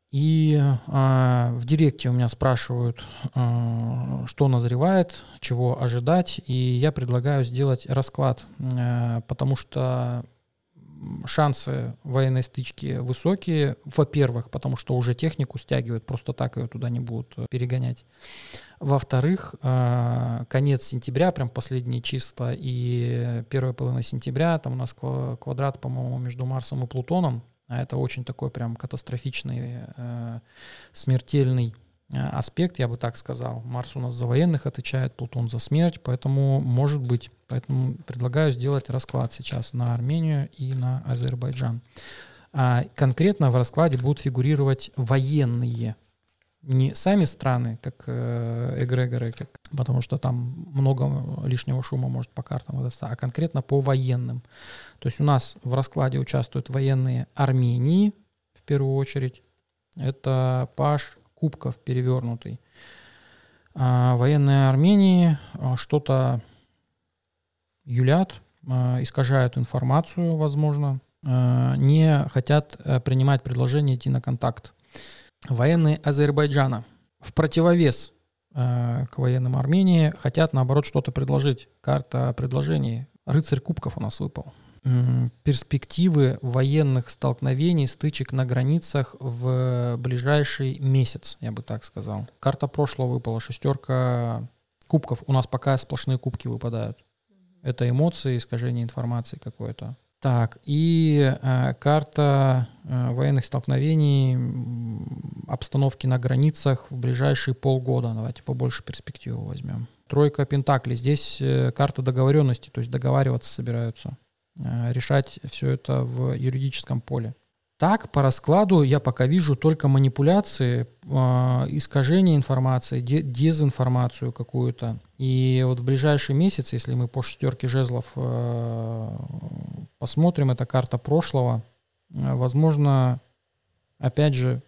S1: И э, в директе у меня спрашивают, э, что назревает, чего ожидать, и я предлагаю сделать расклад, э, потому что шансы военной стычки высокие, во-первых, потому что уже технику стягивают, просто так ее туда не будут перегонять. Во-вторых, э, конец сентября, прям последние числа, и первая половина сентября, там у нас квадрат, по-моему, между Марсом и Плутоном, а это очень такой прям катастрофичный, э, смертельный э, аспект, я бы так сказал. Марс у нас за военных отвечает, Плутон за смерть, поэтому может быть. Поэтому предлагаю сделать расклад сейчас на Армению и на Азербайджан. А конкретно в раскладе будут фигурировать военные. Не сами страны, как э, эгрегоры, как, потому что там много лишнего шума может по картам выдаться, а конкретно по военным. То есть у нас в раскладе участвуют военные Армении, в первую очередь. Это паж кубков перевернутый. А военные Армении что-то юлят, искажают информацию, возможно, не хотят принимать предложение идти на контакт. Военные Азербайджана в противовес э, к военным Армении хотят, наоборот, что-то предложить. Карта предложений. Рыцарь кубков у нас выпал. М-м, перспективы военных столкновений, стычек на границах в ближайший месяц, я бы так сказал. Карта прошлого выпала. Шестерка кубков. У нас пока сплошные кубки выпадают. Это эмоции, искажение информации какое-то. Так, и э, карта э, военных столкновений, обстановки на границах в ближайшие полгода. Давайте побольше перспективу возьмем. Тройка пентаклей. Здесь э, карта договоренности, то есть договариваться собираются. Э, решать все это в юридическом поле. Так, по раскладу я пока вижу только манипуляции, э, искажение информации, де- дезинформацию какую-то. И вот в ближайший месяц, если мы по шестерке жезлов э, посмотрим, это карта прошлого, э, возможно, опять же,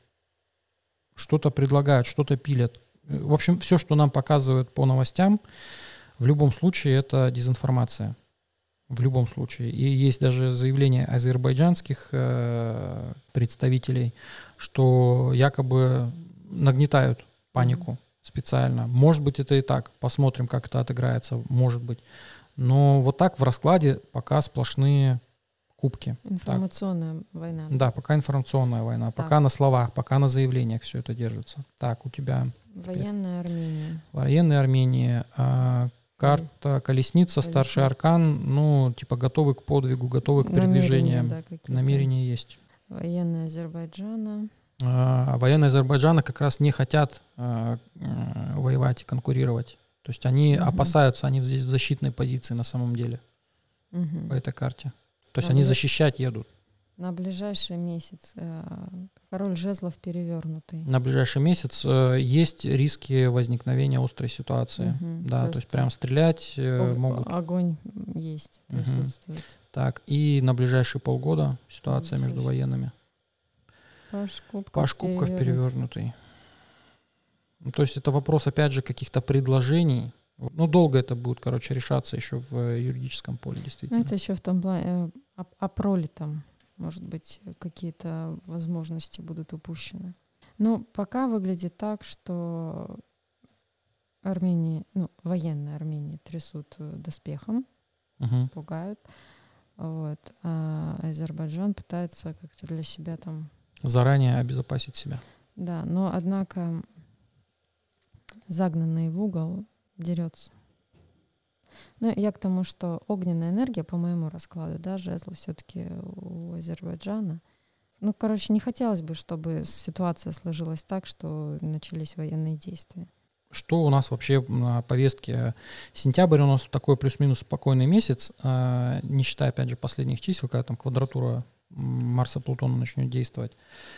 S1: что-то предлагают, что-то пилят. В общем, все, что нам показывают по новостям, в любом случае это дезинформация. В любом случае. И есть даже заявление азербайджанских э, представителей, что якобы нагнетают панику специально. Может быть, это и так. Посмотрим, как это отыграется. Может быть. Но вот так в раскладе пока сплошные кубки.
S2: Информационная
S1: так.
S2: война.
S1: Да, пока информационная война. Так. Пока на словах, пока на заявлениях все это держится. Так, у тебя...
S2: Военная Армения.
S1: Военная Армения... Э, Карта колесница, старший аркан, ну, типа готовы к подвигу, готовы к передвижениям. Намерения, да, намерения есть.
S2: Военная Азербайджана.
S1: А, военные Азербайджана как раз не хотят а, а, воевать и конкурировать. То есть они угу. опасаются, они здесь в защитной позиции на самом деле угу. по этой карте. То есть на они бли... защищать едут.
S2: На ближайший месяц король жезлов перевернутый.
S1: На ближайший месяц э, есть риски возникновения острой ситуации. Угу, да, то есть прям стрелять э, могут.
S2: Огонь есть, присутствует.
S1: Угу. Так, и на ближайшие полгода ситуация Ближайший. между военными.
S2: Паш кубков,
S1: Паш кубков перевернутый. Ну, то есть это вопрос, опять же, каких-то предложений. Ну, долго это будет, короче, решаться еще в юридическом поле, действительно.
S2: Ну, это еще в том плане, о, о пролитом. Может быть, какие-то возможности будут упущены. Но пока выглядит так, что Армении, ну, военные Армении трясут доспехом,
S1: угу.
S2: пугают. Вот. А Азербайджан пытается как-то для себя там...
S1: Заранее обезопасить себя.
S2: Да, но, однако, загнанный в угол дерется. Ну, я к тому, что огненная энергия, по моему раскладу, да, жезлы все-таки у Азербайджана. Ну, короче, не хотелось бы, чтобы ситуация сложилась так, что начались военные действия.
S1: Что у нас вообще на повестке? Сентябрь у нас такой плюс-минус спокойный месяц, не считая, опять же, последних чисел, когда там квадратура Марса-Плутона начнет действовать.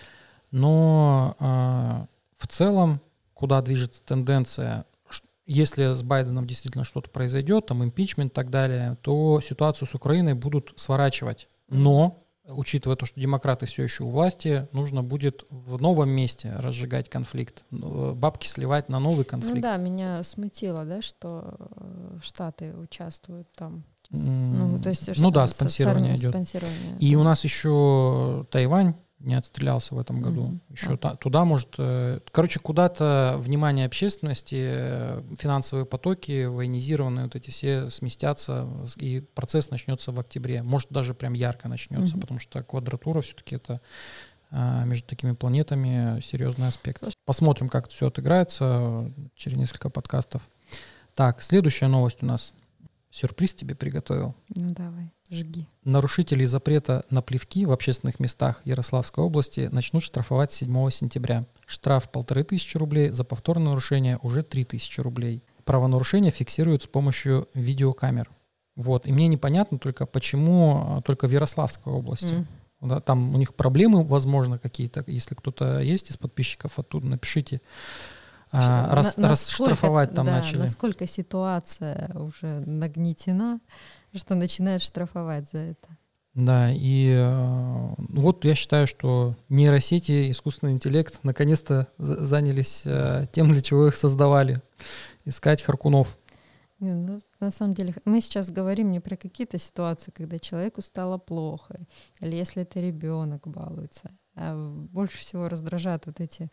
S1: Но в целом, куда движется тенденция, если с Байденом действительно что-то произойдет, там импичмент и так далее, то ситуацию с Украиной будут сворачивать. Но, учитывая то, что демократы все еще у власти, нужно будет в новом месте разжигать конфликт, бабки сливать на новый конфликт.
S2: Ну да, меня смутило, да, что Штаты участвуют там.
S1: Mm,
S2: ну, то есть,
S1: ну да, спонсирование идет.
S2: Спонсирование,
S1: И
S2: да.
S1: у нас еще Тайвань не отстрелялся в этом году.
S2: Mm-hmm.
S1: Еще
S2: а.
S1: та, туда может... Э, короче, куда-то внимание общественности, э, финансовые потоки, военизированные вот эти все сместятся, и процесс начнется в октябре. Может, даже прям ярко начнется, mm-hmm. потому что квадратура все-таки это э, между такими планетами серьезный аспект. Посмотрим, как это все отыграется через несколько подкастов. Так, следующая новость у нас. Сюрприз тебе приготовил.
S2: Ну давай, жги.
S1: Нарушителей запрета на плевки в общественных местах Ярославской области начнут штрафовать седьмого сентября. Штраф полторы тысячи рублей, за повторное нарушение уже три тысячи рублей. Правонарушение фиксируют с помощью видеокамер. Вот. И мне непонятно только, почему только в Ярославской области. Mm. Да, там у них проблемы, возможно, какие-то. Если кто-то есть из подписчиков оттуда, напишите. А, рас,
S2: на,
S1: расштрафовать
S2: насколько,
S1: там
S2: да,
S1: начали.
S2: Насколько ситуация уже нагнетена, что начинают штрафовать за это.
S1: Да, и э, вот я считаю, что нейросети, искусственный интеллект наконец-то за- занялись э, тем, для чего их создавали. Искать харкунов.
S2: Не, ну, на самом деле, мы сейчас говорим не про какие-то ситуации, когда человеку стало плохо, или если это ребенок балуется. А больше всего раздражают вот эти...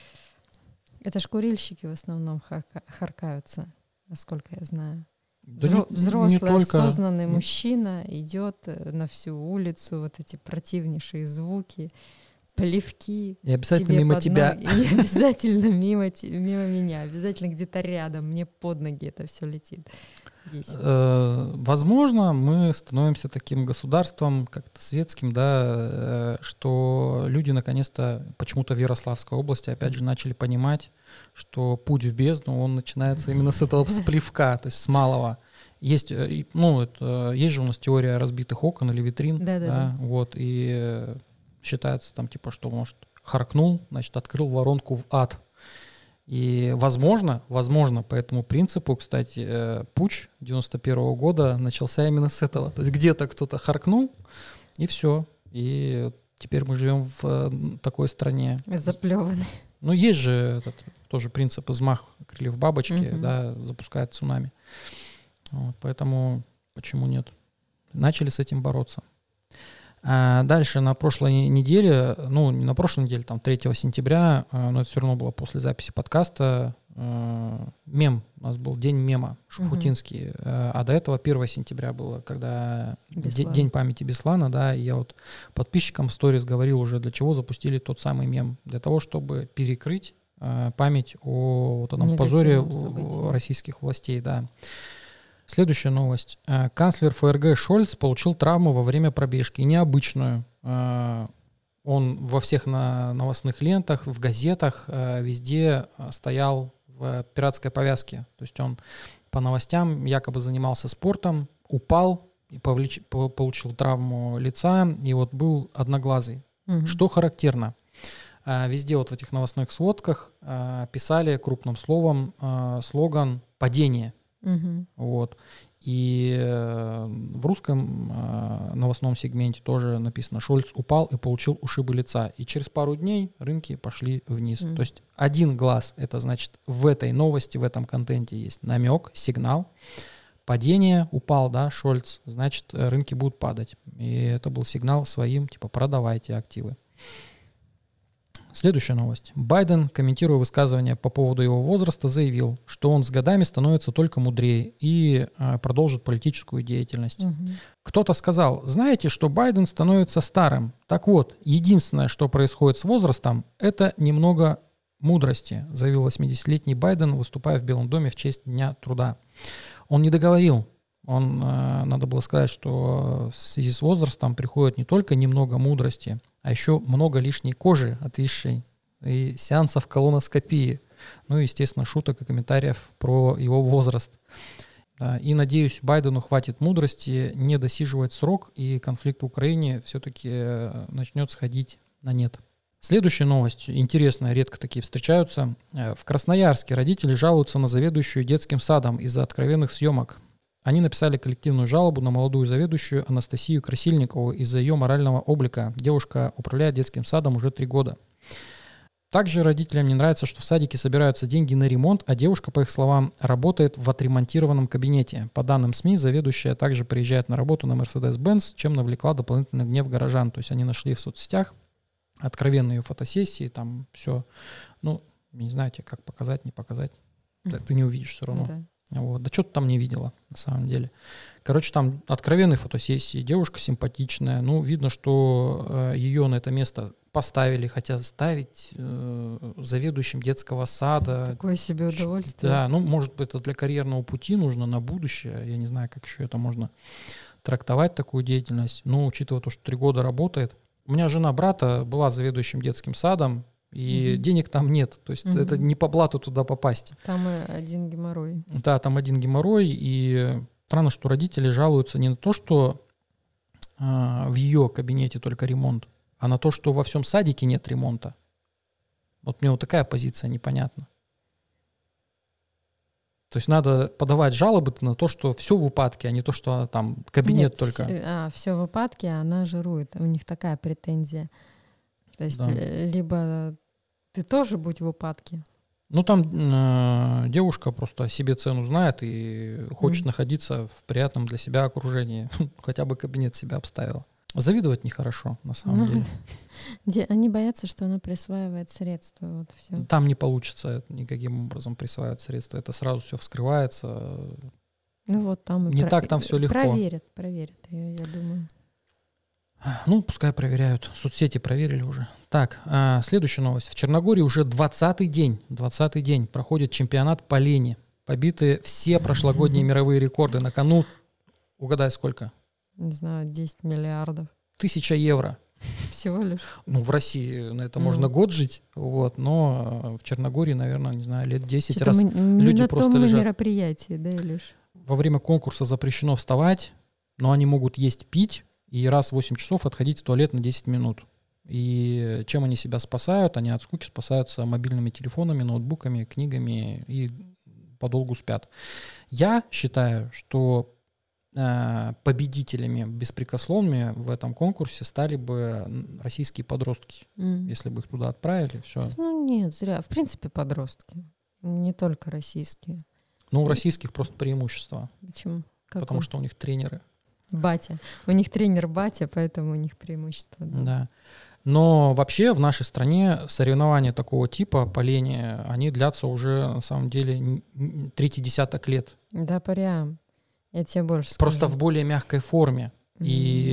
S2: Это ж курильщики в основном харка, харкаются, насколько я знаю.
S1: Да
S2: Взро-
S1: не,
S2: взрослый,
S1: не только...
S2: осознанный мужчина идет на всю улицу, вот эти противнейшие звуки, плевки.
S1: И обязательно
S2: тебе
S1: мимо
S2: под
S1: тебя.
S2: ноги, и обязательно мимо, мимо меня, обязательно где-то рядом, мне под ноги это все летит.
S1: Э, возможно, мы становимся таким государством, как-то светским, да, э, что люди наконец-то почему-то в Ярославской области опять же начали понимать, что путь в бездну, он начинается именно с этого сплевка, то есть с малого. Есть, э, ну, это, есть же у нас теория разбитых окон или витрин,
S2: да, да, да.
S1: Вот, и э, считается там типа, что, может, харкнул, значит, открыл воронку в ад. И возможно, возможно, по этому принципу, кстати, э, путч девяносто первого года начался именно с этого. То есть где-то кто-то харкнул, и все. И теперь мы живем в э, такой стране.
S2: Заплеванный.
S1: Ну, есть же этот тоже принцип взмах крыльев бабочки,
S2: Угу.
S1: да, запускает цунами. Вот, поэтому почему нет? Начали с этим бороться. А дальше на прошлой неделе, ну не на прошлой неделе, там третьего сентября, но это все равно было после записи подкаста, мем, у нас был день мема шуфутинский, угу. А до этого первого сентября было, когда де- день памяти Беслана, да, и я вот подписчикам в сторис говорил уже, для чего запустили тот самый мем, для того, чтобы перекрыть память о вот этом позоре событии. Российских властей, да. Следующая новость. Канцлер ФРГ Шольц получил травму во время пробежки. Необычную. Он во всех новостных лентах, в газетах везде стоял в пиратской повязке. То есть он по новостям якобы занимался спортом, упал и повлеч... получил травму лица, и вот был одноглазый. Угу. Что характерно. Везде вот в этих новостных сводках писали крупным словом слоган «Падение». Uh-huh. Вот. И э, в русском э, новостном сегменте тоже написано: Шольц упал и получил ушибы лица. И через пару дней рынки пошли вниз. Uh-huh. То есть один глаз, это значит в этой новости, в этом контенте есть намек, сигнал. Падение, упал, да, Шольц, значит рынки будут падать. И это был сигнал своим, типа продавайте активы. Следующая новость. Байден, комментируя высказывания по поводу его возраста, заявил, что он с годами становится только мудрее и э, продолжит политическую деятельность. Угу. Кто-то сказал, знаете, что Байден становится старым. Так вот, единственное, что происходит с возрастом, это немного мудрости, заявил восьмидесятилетний Байден, выступая в Белом доме в честь Дня труда. Он не договорил. Он, э, надо было сказать, что в связи с возрастом приходит не только немного мудрости, а еще много лишней кожи отвисшей и сеансов колоноскопии. Ну и, естественно, шуток и комментариев про его возраст. Да, и, надеюсь, Байдену хватит мудрости не досиживать срок, и конфликт в Украине все-таки начнет сходить на нет. Следующая новость, интересная, редко такие встречаются. В Красноярске родители жалуются на заведующую детским садом из-за откровенных съемок. Они написали коллективную жалобу на молодую заведующую Анастасию Красильникову из-за ее морального облика. Девушка управляет детским садом уже три года. Также родителям не нравится, что в садике собираются деньги на ремонт, а девушка, по их словам, работает в отремонтированном кабинете. По данным СМИ, заведующая также приезжает на работу на Mercedes-Benz, чем навлекла дополнительный гнев горожан. То есть они нашли в соцсетях откровенные фотосессии, там все, ну, не знаю, тебе как показать, не показать, ты, ты не увидишь все равно.
S2: Да.
S1: Вот. Да что ты там не видела, на самом деле. Короче, там откровенные фотосессии, девушка симпатичная, ну, видно, что э, ее на это место поставили, хотя ставить э, заведующим детского сада.
S2: Такое себе удовольствие.
S1: Да, ну, может быть, это для карьерного пути нужно на будущее, я не знаю, как еще это можно трактовать, такую деятельность, но учитывая то, что три года работает. У меня жена брата была заведующим детским садом, и mm-hmm. денег там нет, то есть mm-hmm. это не по блату туда попасть.
S2: Там один геморрой.
S1: Да, там один геморрой, и странно, что родители жалуются не на то, что э, в ее кабинете только ремонт, а на то, что во всем садике нет ремонта. Вот мне вот такая позиция непонятна. То есть надо подавать жалобы на то, что все в упадке, а не то, что там кабинет
S2: нет,
S1: только.
S2: Все, а, все в упадке, а она жирует. У них такая претензия. То есть да. либо ты тоже будь в упадке.
S1: Ну, там э, девушка просто себе цену знает и хочет mm-hmm. находиться в приятном для себя окружении. Хотя бы кабинет себя обставила. Завидовать нехорошо, на самом ну,
S2: деле. Они боятся, что она присваивает средства. Вот все.
S1: Там не получится никаким образом присваивать средства. Это сразу все вскрывается.
S2: Ну вот там
S1: не
S2: про...
S1: так там все легко.
S2: Проверят, проверят ее, я думаю.
S1: Ну, пускай проверяют. Соцсети проверили уже. Так, а, следующая новость. В Черногории уже двадцатый день, двадцатый день проходит чемпионат по лени. Побиты все прошлогодние мировые рекорды. На кону, угадай, сколько?
S2: Не знаю, десять миллиардов.
S1: Тысяча евро.
S2: Всего лишь?
S1: Ну, в России на это mm. можно год жить, вот, но в Черногории, наверное, не знаю, лет десять раз
S2: мы,
S1: люди
S2: на
S1: просто
S2: том
S1: лежат.
S2: мероприятии, да, Илюш?
S1: Во время конкурса запрещено вставать, но они могут есть, пить и раз в восемь часов отходить в туалет на десять минут. И чем они себя спасают? Они от скуки спасаются мобильными телефонами, ноутбуками, книгами и подолгу спят. Я считаю, что победителями беспрекословными в этом конкурсе стали бы российские подростки, mm. если бы их туда отправили, все.
S2: Ну нет, зря. В принципе, подростки, не только российские.
S1: Ну, у российских просто преимущество.
S2: Почему? Какое?
S1: Потому что у них тренеры.
S2: Батя. У них тренер батя, поэтому у них преимущество. Да.
S1: да. Но вообще в нашей стране соревнования такого типа по лени, они длятся уже, на самом деле, третий десяток лет.
S2: Да, прям. Я тебе больше скажу.
S1: Просто в более мягкой форме. Mm-hmm.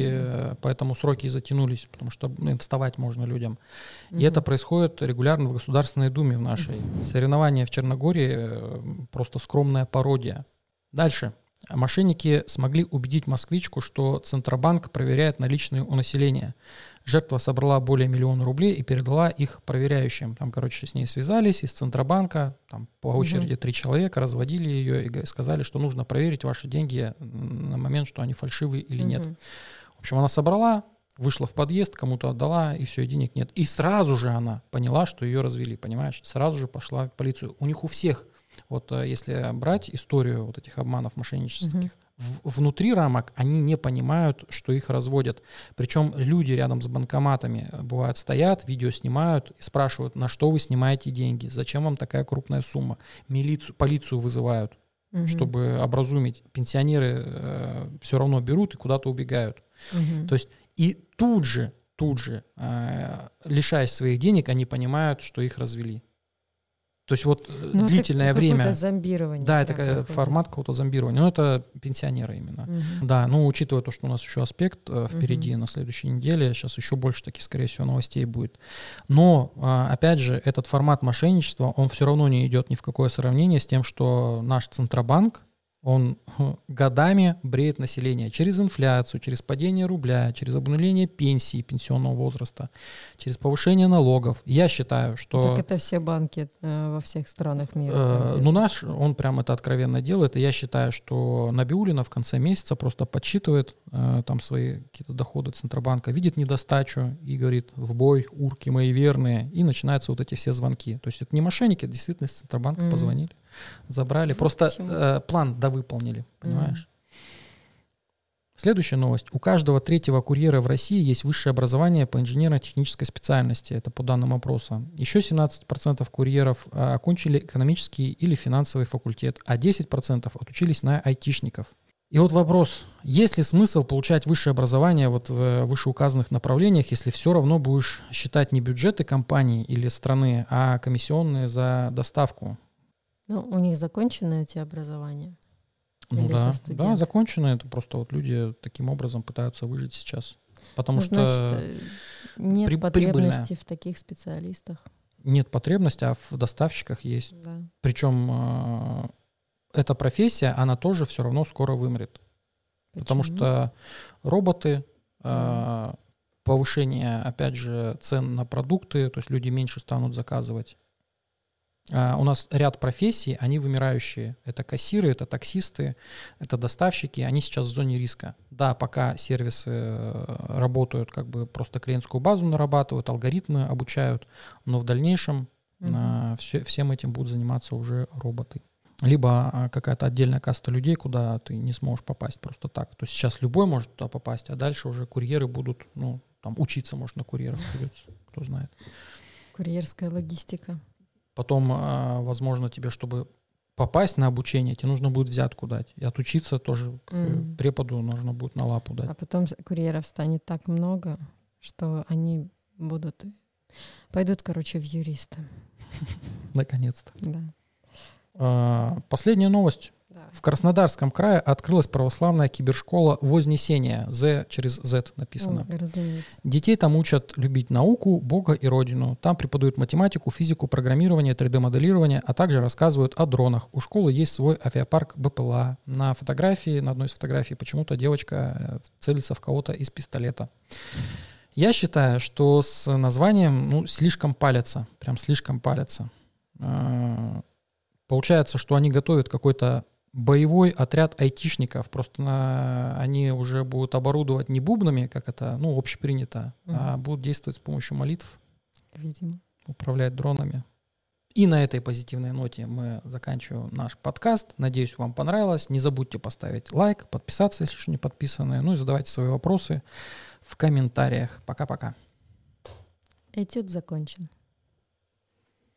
S1: И поэтому сроки затянулись, потому что ну, вставать можно людям. Mm-hmm. И это происходит регулярно в Государственной Думе в нашей. Mm-hmm. Соревнования в Черногории просто скромная пародия. Дальше. Мошенники смогли убедить москвичку, что Центробанк проверяет наличные у населения. Жертва собрала более миллиона рублей и передала их проверяющим. Там, короче, с ней связались из Центробанка, там по очереди три человека, разводили ее и сказали, что нужно проверить ваши деньги на момент, что они фальшивые или нет. В общем, она собрала, вышла в подъезд, кому-то отдала, и все, и денег нет. И сразу же она поняла, что ее развели, понимаешь? Сразу же пошла в полицию. У них у всех, вот если брать историю вот этих обманов мошеннических, uh-huh. в, внутри рамок они не понимают, что их разводят. Причем люди рядом с банкоматами, бывают, стоят, видео снимают и спрашивают, на что вы снимаете деньги, зачем вам такая крупная сумма. Милицию, полицию вызывают, uh-huh. чтобы образумить. Пенсионеры э, все равно берут и куда-то убегают. Uh-huh. То есть и тут же, тут же, э, лишаясь своих денег, они понимают, что их развели. То есть вот ну, длительное
S2: это
S1: время...
S2: какое-то зомбирование.
S1: Да, это какой-то формат какого-то зомбирования. Но это пенсионеры именно. Угу. Да, ну учитывая то, что у нас еще аспект э, впереди угу. на следующей неделе, сейчас еще больше таких, скорее всего, новостей будет. Но, э, опять же, этот формат мошенничества, он все равно не идет ни в какое сравнение с тем, что наш Центробанк, он годами бреет население через инфляцию, через падение рубля, через обнуление пенсии, пенсионного возраста, через повышение налогов. Я считаю, что...
S2: Так это все банки э, во всех странах мира.
S1: Э, ну наш, он прям это откровенно делает, и я считаю, что Набиуллина в конце месяца просто подсчитывает э, там свои какие-то доходы Центробанка, видит недостачу и говорит: в бой, урки мои верные, и начинаются вот эти все звонки. То есть это не мошенники, это действительно из Центробанка mm-hmm. позвонили. Забрали, просто э, план довыполнили, понимаешь? Mm. Следующая новость. У каждого третьего курьера в России есть высшее образование по инженерно-технической специальности. Это по данным опроса. Еще семнадцать процентов курьеров а, окончили экономический или финансовый факультет, а десять процентов отучились на айтишников. И вот вопрос, есть ли смысл получать высшее образование вот в вышеуказанных направлениях, если все равно будешь считать не бюджеты компании или страны, а комиссионные за доставку?
S2: Ну, у них закончены эти образования?
S1: Ну
S2: Или
S1: да,
S2: это студент?
S1: да, закончено. Это просто вот люди таким образом пытаются выжить сейчас. Потому
S2: Ну,
S1: что
S2: значит, нет
S1: при-
S2: потребности
S1: прибыльная.
S2: в таких специалистах.
S1: Нет потребности, а в доставщиках есть.
S2: Да.
S1: Причем э, эта профессия, она тоже все равно скоро вымрет. Потому
S2: Почему?
S1: что роботы, э,
S2: Мгм.
S1: повышение, опять же, цен на продукты, то есть люди меньше станут заказывать. А у нас ряд профессий, они вымирающие. Это кассиры, это таксисты, это доставщики, они сейчас в зоне риска. Да, пока сервисы э, работают, как бы просто клиентскую базу нарабатывают, алгоритмы обучают, но в дальнейшем
S2: Мгм.
S1: а, все- всем этим будут заниматься уже роботы. Либо а, какая-то отдельная каста людей, куда ты не сможешь попасть просто так. То есть сейчас любой может туда попасть, а дальше уже курьеры будут, ну, там учиться, может, на курьерах придется, кто знает.
S2: Курьерская логистика.
S1: Потом, а, возможно, тебе, чтобы попасть на обучение, тебе нужно будет взятку дать. И отучиться тоже к
S2: Мгм.
S1: преподу нужно будет на лапу дать.
S2: А потом с- курьеров станет так много, что они будут... Пойдут, короче, в юристы.
S1: Наконец-то.
S2: Да.
S1: А, Последняя новость. В Краснодарском крае открылась православная кибершкола Вознесения. Z через Z написано.
S2: О, разумеется.
S1: Детей там учат любить науку, Бога и Родину. Там преподают математику, физику, программирование, три дэ-моделирование, а также рассказывают о дронах. У школы есть свой авиапарк БПЛА. На фотографии, на одной из фотографий почему-то девочка э, целится в кого-то из пистолета. Я считаю, что с названием ну, слишком палятся. Прям слишком палятся. Э, Получается, что они готовят какой-то боевой отряд айтишников. Просто на- они уже будут оборудовать не бубнами, как это ну, общепринято, а
S2: Мгм.
S1: будут действовать с помощью молитв,
S2: Видимо.
S1: управлять дронами. И на этой позитивной ноте мы заканчиваем наш подкаст. Надеюсь, вам понравилось. Не забудьте поставить лайк, подписаться, если еще не подписаны. Ну и задавайте свои вопросы в комментариях. Пока-пока.
S2: Этюд закончен.